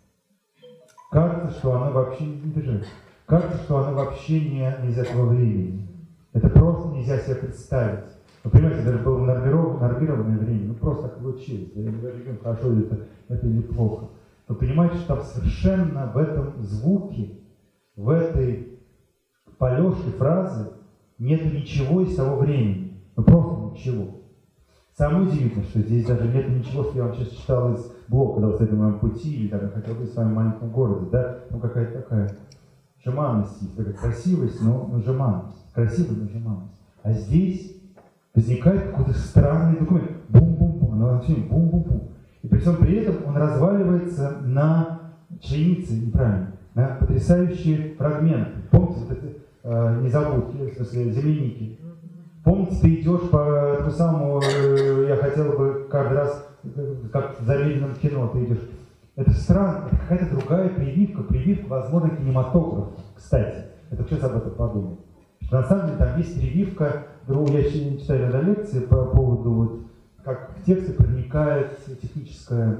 Кажется, что оно вообще не бежит. Кажется, что оно вообще не из этого времени. Это просто нельзя себе представить. Вы понимаете, даже было нормированное время, просто так получилось. Я не говорю, хорошо это или плохо. Вы понимаете, что там совершенно в этом звуке в этой полёшке фразы нет ничего из того времени. Ну просто ничего. Самое удивительное, что здесь даже нет ничего, что я вам сейчас читал из блока, когда вы на моем пути, или я хотел быть с вами в маленьком городе, да? Ну какая-то такая жеманность есть, такая красивость, но жеманность. Красивая, но жеманность. А здесь возникает какой-то странный документ. Бум-бум-бум, оно все бум-бум-бум. И при всем при этом он разваливается на череницы, неправильно, на потрясающие фрагменты. Помните, вот это, незабудки, в смысле, земляники? Помните, ты идешь по тому самому, я хотел бы каждый раз, как в замедленном кино, ты идешь. Это странно, это какая-то другая прививка, возможно, кинематографа. Кстати, это сейчас об этом подумал. Что на самом деле там есть прививка, я читаю иногда лекции по поводу, вот, как в тексты проникает техническое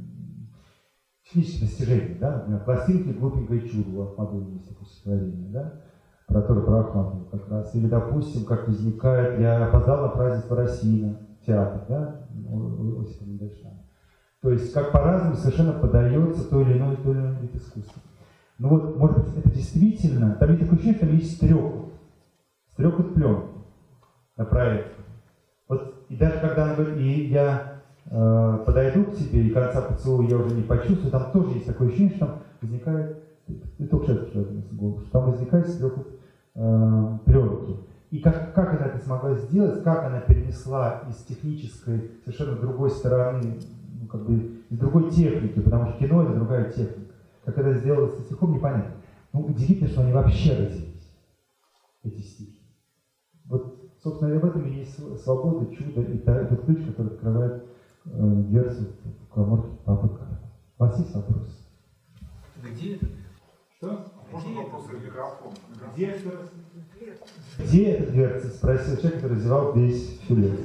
достижение, да, например, пластинки «Глупенькое чудо» у Ахмадуллина есть такое стихотворение, да, про Ахмадуллина как раз, или, допустим, как возникает, я опоздал на празднество Россина, театр, да, Осипа Мандельштама. То есть, как по-разному совершенно подается то или иной вид искусства. Ну вот, может быть, это действительно, там есть такое ощущение, что там есть стрёкот пленки на проекте. Вот, и даже когда он говорит, и я подойду к тебе, и конца поцелуя я уже не почувствую, там тоже есть такое ощущение, что там возникает, и только что там возникает стрёкот пленки. И как она это смогла сделать, как она перенесла из технической, совершенно другой стороны, ну, как бы из другой техники, потому что кино — это другая техника. Как это сделала со стихом, непонятно. Ну, удивительно, что они вообще родились, эти стихи. Вот, собственно, в этом и есть свобода, чудо, и этот ключ, который открывает дверцу в каморке Папы Карла. У вас есть вопросы? Где это? Что? Можно вопрос в микрофон? Где что? Где эта дверца? Спросил человек, который зевал весь филет.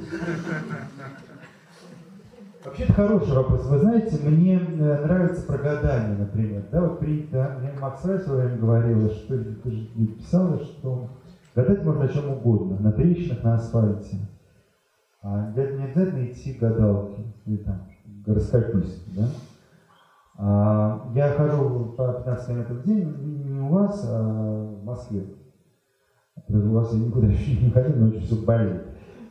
Вообще, это хороший вопрос. Вы знаете, мне нравится про гадание, например. Да, вот принято, мне Макс Вайс в свое время говорила, что ты же писала, что гадать можно о чем угодно, на трещинах, на асфальте. А не обязательно идти к гадалке, или там, гороскописту, да? Я хожу по 15 км в день, не у вас, а в Москве. У вас я никуда еще не ходил, но очень все болит.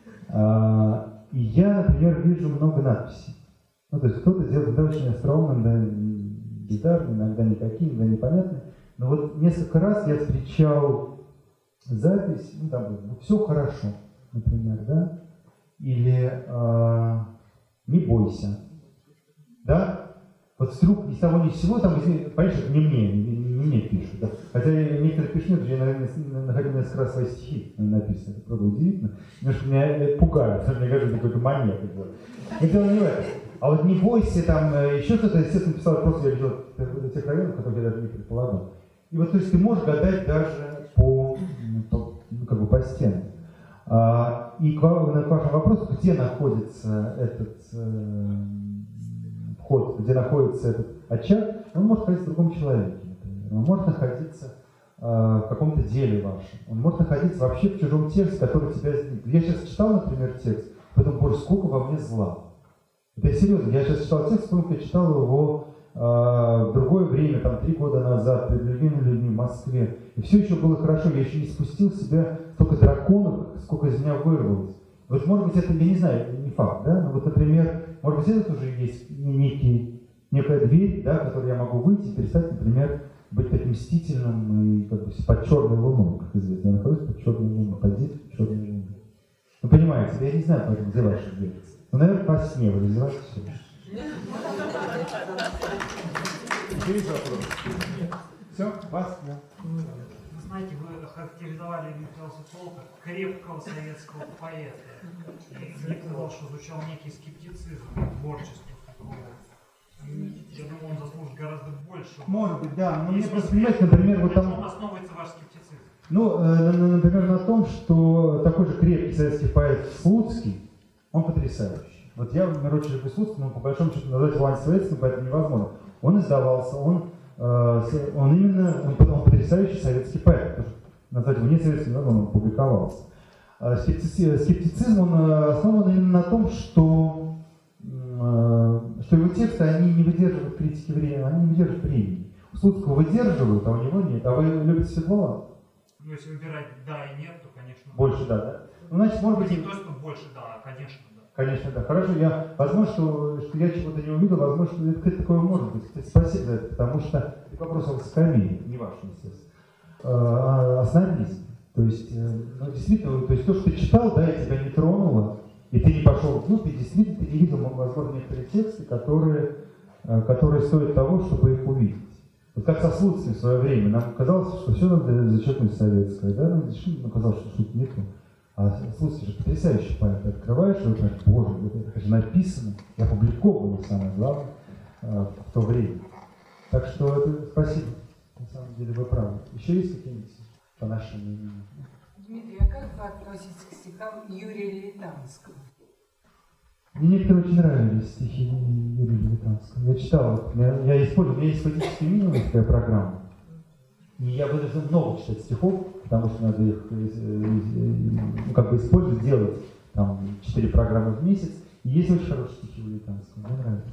И я, например, вижу много надписей. Ну, то есть кто-то делает иногда очень остроумно, иногда бездарно, иногда никакие, иногда непонятные. Но вот несколько раз я встречал запись, ну, там, все хорошо, например, да? Или не бойся, да? Вот вдруг ни с того ни с сего, там, понимаешь, это не мне пишут, да? Хотя некоторые пишут, я, наверное, находил несколько раз свои стихи написаны, это правда удивительно. Немножко меня пугают, мне кажется, какой-то маньяк. Но дело не в этом. А вот не бойся, там, еще что-то, естественно, писал, просто я видел в тех районах, которые я даже не предполагал. И вот, то есть ты можешь гадать даже по стенам. И к вашему вопросу, где находится этот вход, где находится этот очаг, он может находиться в другом человеке, например. Он может находиться в каком-то деле вашем. Он может находиться вообще в чужом тексте, который тебя сдвинет. Я сейчас читал, например, текст, поэтому, боже, сколько во мне зла. Это я серьезно, я сейчас читал текст, помню, я читал его в другое время, там 3 года назад, перед любимыми людьми в Москве. И все еще было хорошо, я еще не спустил в себя столько драконов, сколько из меня вырвалось. Вот, может быть, это, я не знаю, не факт, да? Но вот, например, может быть, это тоже есть некая дверь, да, в которой я могу выйти и перестать, например, быть таким мстительным и как бы под черной луной, как известно. Я нахожусь под черной луной, под черной луной. Вы понимаете, я не знаю, поэтому, где ваша дверь. Ну, наверное, во сне вы называете все. Есть вопрос? Все? Вас? Да. Вы знаете, вы охарактеризовали Михаила Соколова как крепкого советского поэта. И мне казалось, что звучал некий скептицизм творчества такого. Я думаю, он заслужит гораздо больше. Может быть, да. Но мне просто, понимаете, например, вот там... На чем основывается ваш скептицизм? Ну, например, на том, что такой же крепкий советский поэт Слуцкий, он потрясающий. Вот я, например, очень люблю Слуцкого, но по большому счету назвать его антисоветским поэтом невозможно. Он издавался, он потрясающий советский поэт. Назвать его не советским, он публиковался. Скептицизм, он основан именно на том, что его тексты, они не выдерживают критики времени, они не выдерживают времени. Слуцкого выдерживают, а у него нет. А вы любите Светлова? Ну, если выбирать да и нет, то, конечно, Больше да, да? Ну, значит, может быть... не то, что больше да, конечно, да. Конечно, да. Хорошо, возможно, что я чего-то не увидел, возможно, что это такое может быть. Кстати, спасибо за это, потому что это вопрос о высокомерии, не ваш, естественно. А снобизм. То есть, ну, действительно, то есть то, что ты читал, да, и тебя не тронуло, и ты не пошел вглубь, и действительно ты не видел, возможно, некоторые тексты, которые стоят того, чтобы их увидеть. Вот как со Слуцким в свое время. Нам казалось, что все надо зачеркнуть советское, да, нам казалось, что что-то не то. А Слуцкий же потрясающий поэт. Ты открываешь, и думаешь, боже, это же написано и опубликовано, самое главное, в то время. Так что это спасибо. На самом деле вы правы. Еще есть какие-нибудь по нашему мнению? Дмитрий, а как вы относитесь к стихам Юрия Левитанского? Мне некоторые очень нравились стихи Юрия Левитанского. Я читал, я использую, у меня есть поэтический минимум, такая программа. И я вынужден много читать стихов, потому что надо их использовать, делать там 4 программы в месяц. И есть очень хорошие стихи у Левитанского, мне нравится.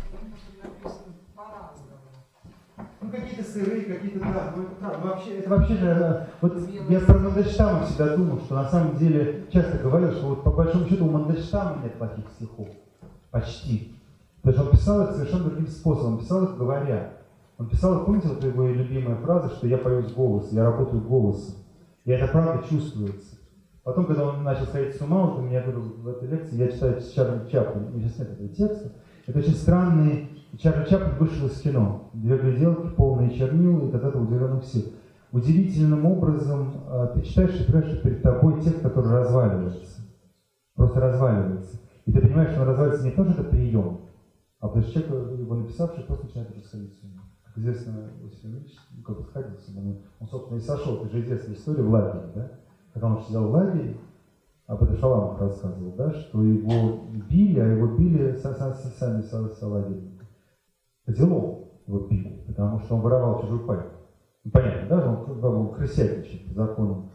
Ну, какие-то сырые, какие-то, да, ну, это правда. Это вообще же, вот я про Мандельштама всегда думал, что на самом деле часто говорил, что вот по большому счету у Мандельштама нет плохих стихов. Почти. Потому что он писал их совершенно другим способом, он писал их говоря. Он писал, помните, вот его любимая фраза, что я пою с голоса, я работаю голосом. И это правда чувствуется. Потом, когда он начал сходить с ума, вот у меня в этой лекции, я читаю Чарли Чаплин, у меня сейчас нет этого текста. Это очень странный. Чарли Чаплин вышел из кино. 2 гляделки, полные чернила, и тогда-то удивленных всех. Удивительным образом ты читаешь и понимаешь, что перед тобой текст, который разваливается. Просто разваливается. И ты понимаешь, что он разваливается не потому, что это прием, а потому что человек, его написавший, просто начинает расходить с ума. Как известно, Иосиф Ильич, как бы сходил с ума. Он, собственно, и сошел. Это же известная история в лагере, да? Когда он сидел в лагере, об этом Шаламов рассказывал, да, что его били, а его били сами салагерники. Делом его били, потому что он воровал чужую пайку. Ну, понятно, да, он был крысятничать по законам,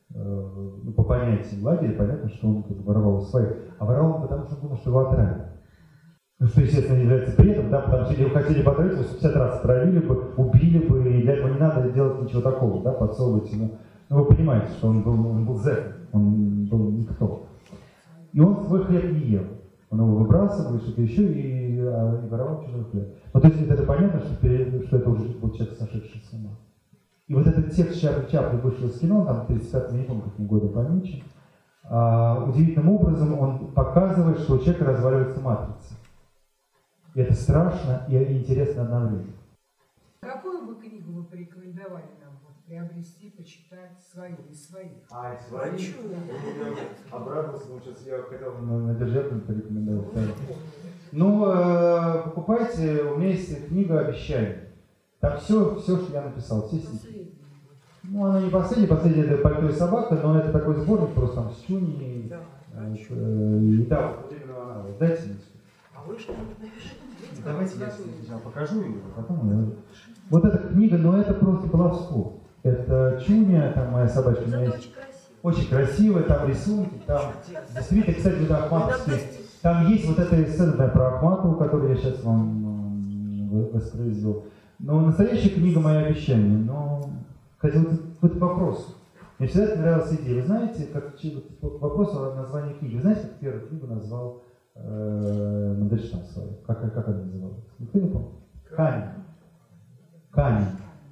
по понятиям лагеря, понятно, что он воровал своих. А воровал он потому, что он думал, что его отравят. Ну, что, естественно, является бредом, да, потому что если его хотели потравить, его 50 раз отравили бы, убили бы, и для этого не надо делать ничего такого, да, подсовывать ему. Ну, вы понимаете, что он был зэком, он был никто. И он свой хлеб не ел. Он его выбрасывал, что-то еще, и воровал чужой хлеб. Ну, то есть это понятно, что это уже был человек, сошедший с ума. И вот этот текст Чарли Чаплин вышел из кино, там 35 не помню, каким годом помечен. Удивительным образом он показывает, что у человека разваливается матрица. И это страшно и интересно одновременно. Какую бы книгу вы порекомендовали нам приобрести, почитать свою и своих? И свои? Обрадовался, потому что сейчас я хотел на Державину порекомендовать. Ну, покупайте, у меня есть книга «Обещание». Там все, что я написал, все стихи. Ну, она не последняя это «Пальто и собака», но это такой сборник просто там с Чуни. И да, вот именно она. Дайте мне. А вы что-нибудь напишите? Давайте я сначала покажу ее, а потом... Вот эта книга, но это просто баловство. Это Чуня, там моя собачка у меня есть. Очень красивая, там рисунки, там действительно, кстати, вот Ахматовский. Там есть вот эта сцена про Ахматову, которую я сейчас вам воспроизвел. Но настоящая книга «Мои обещания». Но, кстати, вот этот вопрос. Мне всегда нравилась идея. Вы знаете, как вопрос о названии книги. Вы знаете, как первую книгу назвал Мандельштам свою? Как она называлась? Никто не помнит? Камень.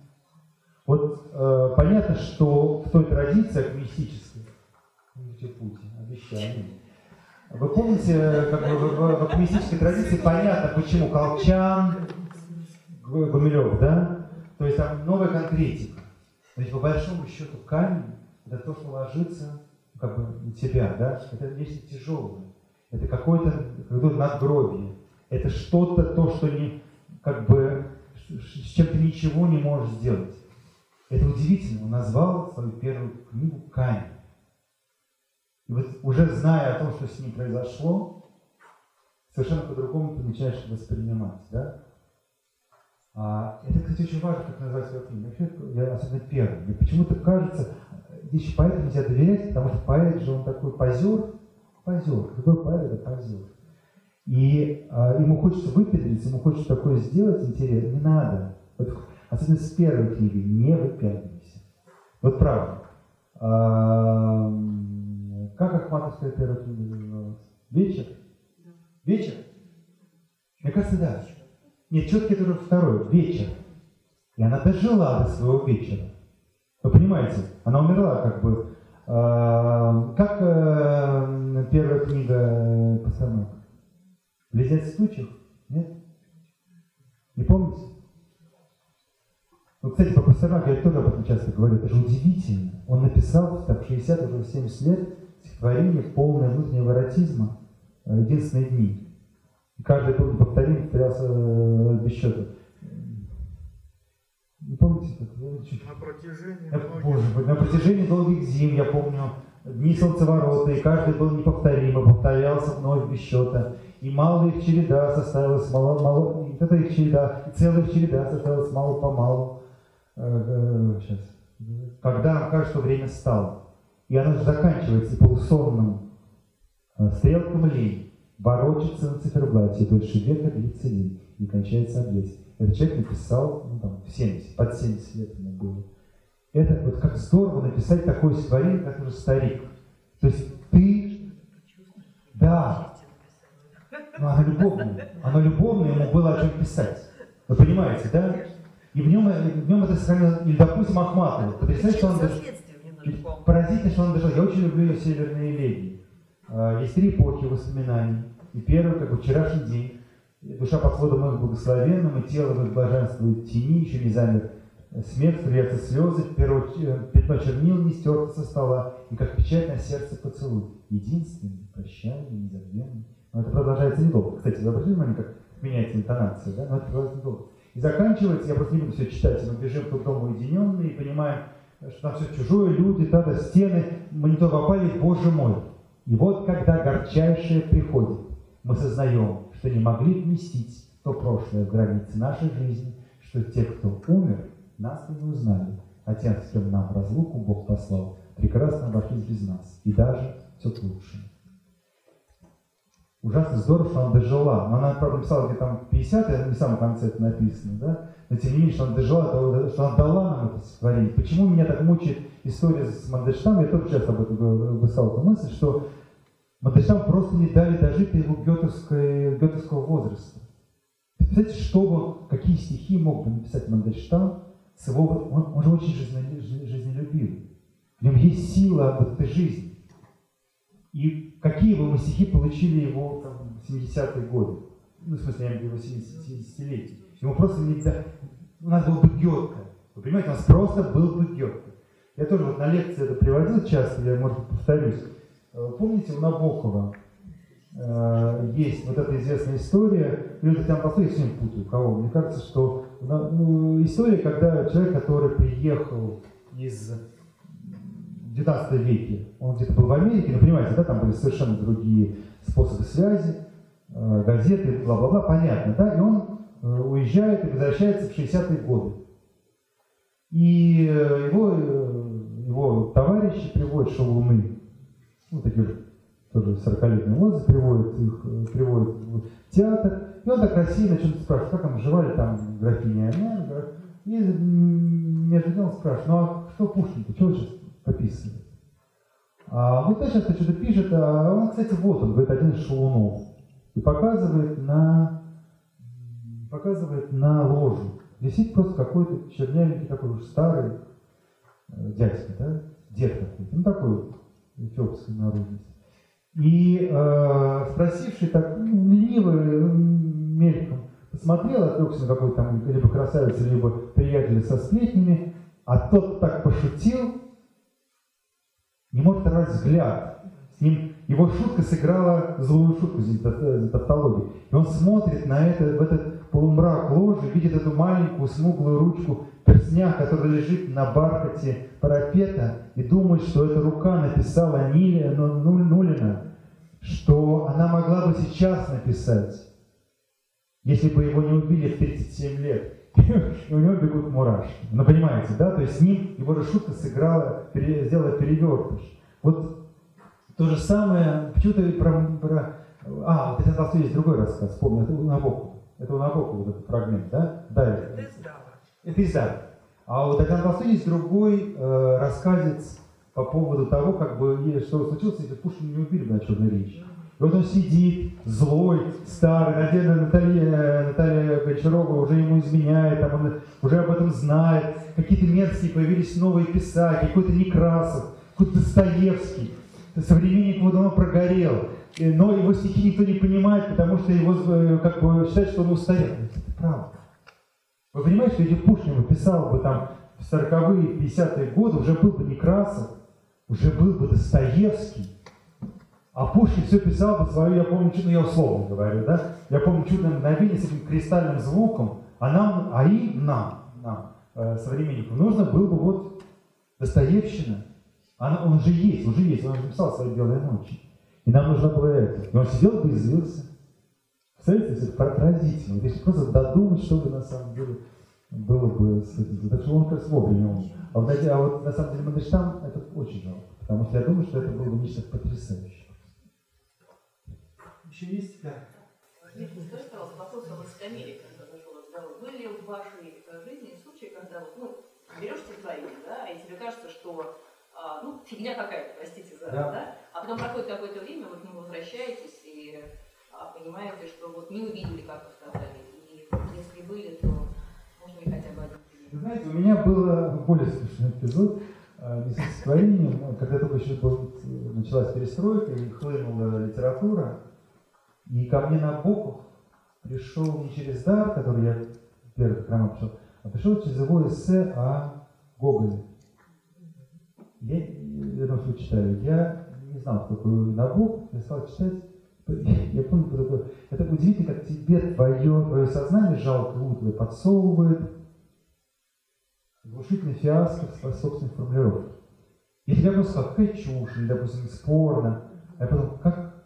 Вот понятно, что в той традиции акмеистической, пути, обещания. Вы помните, как в акмеистической традиции понятно, почему Колчан, Гумилев, да? То есть там новая конкретика. То есть по большому счету камень — это то, что ложится как бы на тебя, да? Это нечто тяжелое. Это какое-то надгробие. Это что-то, то, что не, как бы, с чем ты ничего не можешь сделать. Это удивительно. Он назвал свою первую книгу «Камень». И вот уже зная о том, что с ним произошло, совершенно по-другому ты начинаешь воспринимать, да? Это, кстати, очень важно, как назвать свою книгу. Я особенно первый. Мне почему-то кажется, здесь поэту нельзя доверять, потому что поэт же он такой позер. Любой поэт — это позер. И ему хочется выпендриться, ему хочется такое сделать интересное. Не надо. Вот, особенно с первой книги, не выпячивайся. Вот правда. Как Ахматовская первая книга называлась? Вечер? Вечер? Мне кажется, да. Нет, четкий это уже второй. Вечер. И она дожила до своего вечера. Вы понимаете? Она умерла как бы. Как первая книга Пастернака? «Близнец тучек»? Нет? Не помните? Ну, кстати, по Пастернаку я тоже об этом часто говорю. Это же удивительно. Он написал в 60, уже в 70 лет стихотворение полное внутреннего эротизма «Единственные дни». И каждый повторим повторялся без счета. Не помните? На протяжении долгих зим, я помню, дни солнцеворота, и каждый был неповторим, повторялся вновь без счета. И малая их череда составилась мало, и это их череда, и целая их череда составилась мало-помалу. Сейчас. Когда нам кажется, что время стало. И оно же заканчивается полусонным стрелком лень. Ворочается на циферблате, дольше века длится лень. И кончается объезд. Этот человек написал, ну, там, в 70, под 70 лет ему было. Это вот как здорово написать такое стихотворение, как уже старик. То есть ты, да, но оно любовное, ему было о чем писать. Вы понимаете, да? И в нем это сохранилось, или, допустим, Ахматова. Потрясающе, что он дожил. Поразительно, что он дожил. Я очень люблю ее «Северные элегии». Есть 3 эпохи воспоминаний. И первый, как бы вчерашний день. Душа под сводом их благословенным, и тело в их блаженствует в тени, еще не замер смех, струятся слезы, пятно чернил не стерто со стола, и как печать на сердце поцелуй. Единственный, прощальный, незабвенный. Но это продолжается недолго. Кстати, вы обратили внимание, как меняется интонация, да? Но это продолжается недолго. И заканчивается, я просто не буду все читать, мы бежим к дому уединенные и понимаем, что там все чужое, люди, тогда стены, мы не то попали, Боже мой. И вот когда горчайшее приходит, мы сознаем, что не могли вместить то прошлое в границы нашей жизни, что те, кто умер, нас не узнали, а тем, с кем нам разлуку Бог послал, прекрасно обошлись без нас, и даже все к лучшему. Ужасно здорово, что она дожила. Но она, правда, написала где-то там 50, это не в самом конце это написано, да? Но тем не менее, что она дожила, что она дала нам это стихотворение. Почему меня так мучает история с Мандельштамом? Я тоже часто об этом высказал эту мысль, что Мандельштаму просто не дали дожить до его гетовского возраста. Представляете, какие стихи мог бы написать Мандельштам с его... Он же очень жизнелюбивый. В нем есть сила вот этой жизни. И какие бы мы стихи получили его там, в 70-е годы? Ну, в смысле, я имею в виду 70-летие. Ему просто не дали... У нас был бы Гёте. Вы понимаете, у нас просто был бы Гёте. Я тоже вот на лекции это приводил часто, я, может быть, повторюсь. Помните, у Набокова есть вот эта известная история, или Татьяна Толстой, я все время путаю, кого. Мне кажется, что история, когда человек, который приехал из 19 веке, он где-то был в Америке, ну, понимаете, да, там были совершенно другие способы связи, газеты, бла-бла-бла, понятно, да, и он уезжает и возвращается в 60-е годы. И его товарищи приводят шалуны, ну, такие же тоже 40-летние возраст, приводят в театр, и он так рассеянно начинает спрашивать, как там жевали там графиня Аня, и между делом спрашивает, ну а что Пушкин-то, чего сейчас пописывает? Вот сейчас что-то пишет, а он, кстати, вот он, говорит, один из шалунов, и показывает на ложу. Висит просто какой-то чернявенький, такой уж старый дядька, да, дед какой-то, ну такой эфиопской наружности. И спросивший так лениво, мельком посмотрел, отвлекся на какой-то там либо красавицу, либо приятеля со сплетнями, а тот так пошутил, не может оторвать взгляд. С ним его шутка сыграла злую шутку за тавтологией. И он смотрит на это, в этот полумрак ложи, видит эту маленькую смуглую ручку перстня, которая лежит на бархате парапета, и думает, что эта рука написала Нулина, что она могла бы сейчас написать, если бы его не убили в 37 лет. И у него бегут мурашки. Ну, понимаете, да? То есть с ним его же шутка сыграла, сделала перевертыш. Вот то же самое, почему-то вот Татьяна Толстой есть другой рассказ, помню, это у Набокова. Это у Набокова вот этот фрагмент, да? Да, Это из Дарвина. А вот Александр Толстой есть другой рассказец по поводу того, как бы, что случилось, если Пушкина не убили бы на Черной речи. И вот он сидит, злой, старый, Наталья Гончарова уже ему изменяет, там он уже об этом знает, какие-то мерзкие появились новые писатели, какой-то Некрасов, какой-то Достоевский, современник его давно прогорел, но его стихи никто не понимает, потому что его как бы считают, что он устарел. Это правда. Вы понимаете, что если Пушкин писал бы там в 40-е, 50-е годы, уже был бы Некрасов, уже был бы Достоевский, а Пушкин все писал бы свое, я помню, я условно говорю, да, я помню «Чудное мгновение» с этим кристальным звуком, нам, современникам, нужно было бы вот Достоевщина. Он же есть, он же написал свои «Белые ночи». И нам нужно было это. И он сидел бы и злился. Представляете, это поразительно. Если просто додумать, что бы на самом деле было бы с этим. Так что он как раз вовремя. А вот на самом деле Мандельштам это очень жалко. Потому что я думаю, что это было бы нечто потрясающее. Еще есть? Да. Скажите, пожалуйста, вопрос об высокомерии, когда зашел разговор. Были ли в вашей жизни случаи, когда берешь стихотворение, да, и тебе кажется, что фигня какая-то, простите за это, да? А потом проходит какое-то время, вы к нему возвращаетесь и понимаете, что не увидели, как вы сказали. И если были, то можно ли хотя бы один пример? Вы знаете, у меня был более смешной эпизод не с стихотворением, когда только еще началась перестройка и хлынула литература. И ко мне Набоков пришел не через дар, который я первый как роман пришел, а пришел через его эссе о Гоголе. Я думаю, что вы читали. Я не знал, кто такой Набоков, я стал читать. Я помню, кто такой. Это удивительно, как тебе твое сознание жалко утлое подсовывает глушительный фиаско в собственной формулировке. Если я просто сказал, какая чушь, или, допустим, спорно, а потом,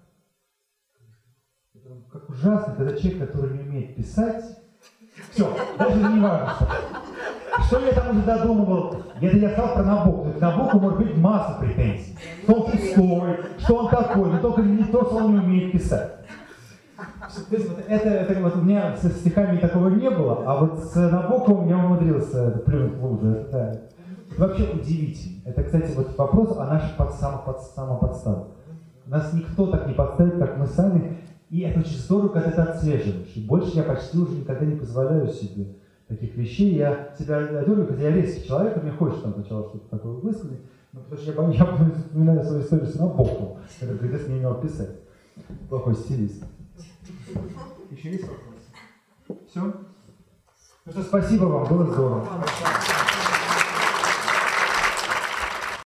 как ужасно, когда человек, который не умеет писать, все, даже не важно. Что я там уже додумывал? Я сказал про Набокова. К Набокову может быть масса претензий. Что он пустой, что он такой, но только не то, что он не умеет писать. То есть это у меня со стихами такого не было, а вот с Набоковым я умудрился плюнуть в лужу. Это вообще удивительно. Это, кстати, вопрос о наших самоподставах. Нас никто так не подставит, как мы сами. И это очень здорово, когда ты отслеживаешь. И больше я почти уже никогда не позволяю себе таких вещей. Я себя одергиваю, хотя я резкий человек, и мне хочется там сначала что-то такое высказать, но потому что я вспоминаю свою историю с Набоковым, который придется не умел писать. Плохой стилист. Еще есть вопросы? Все? Ну что, спасибо вам, было здорово.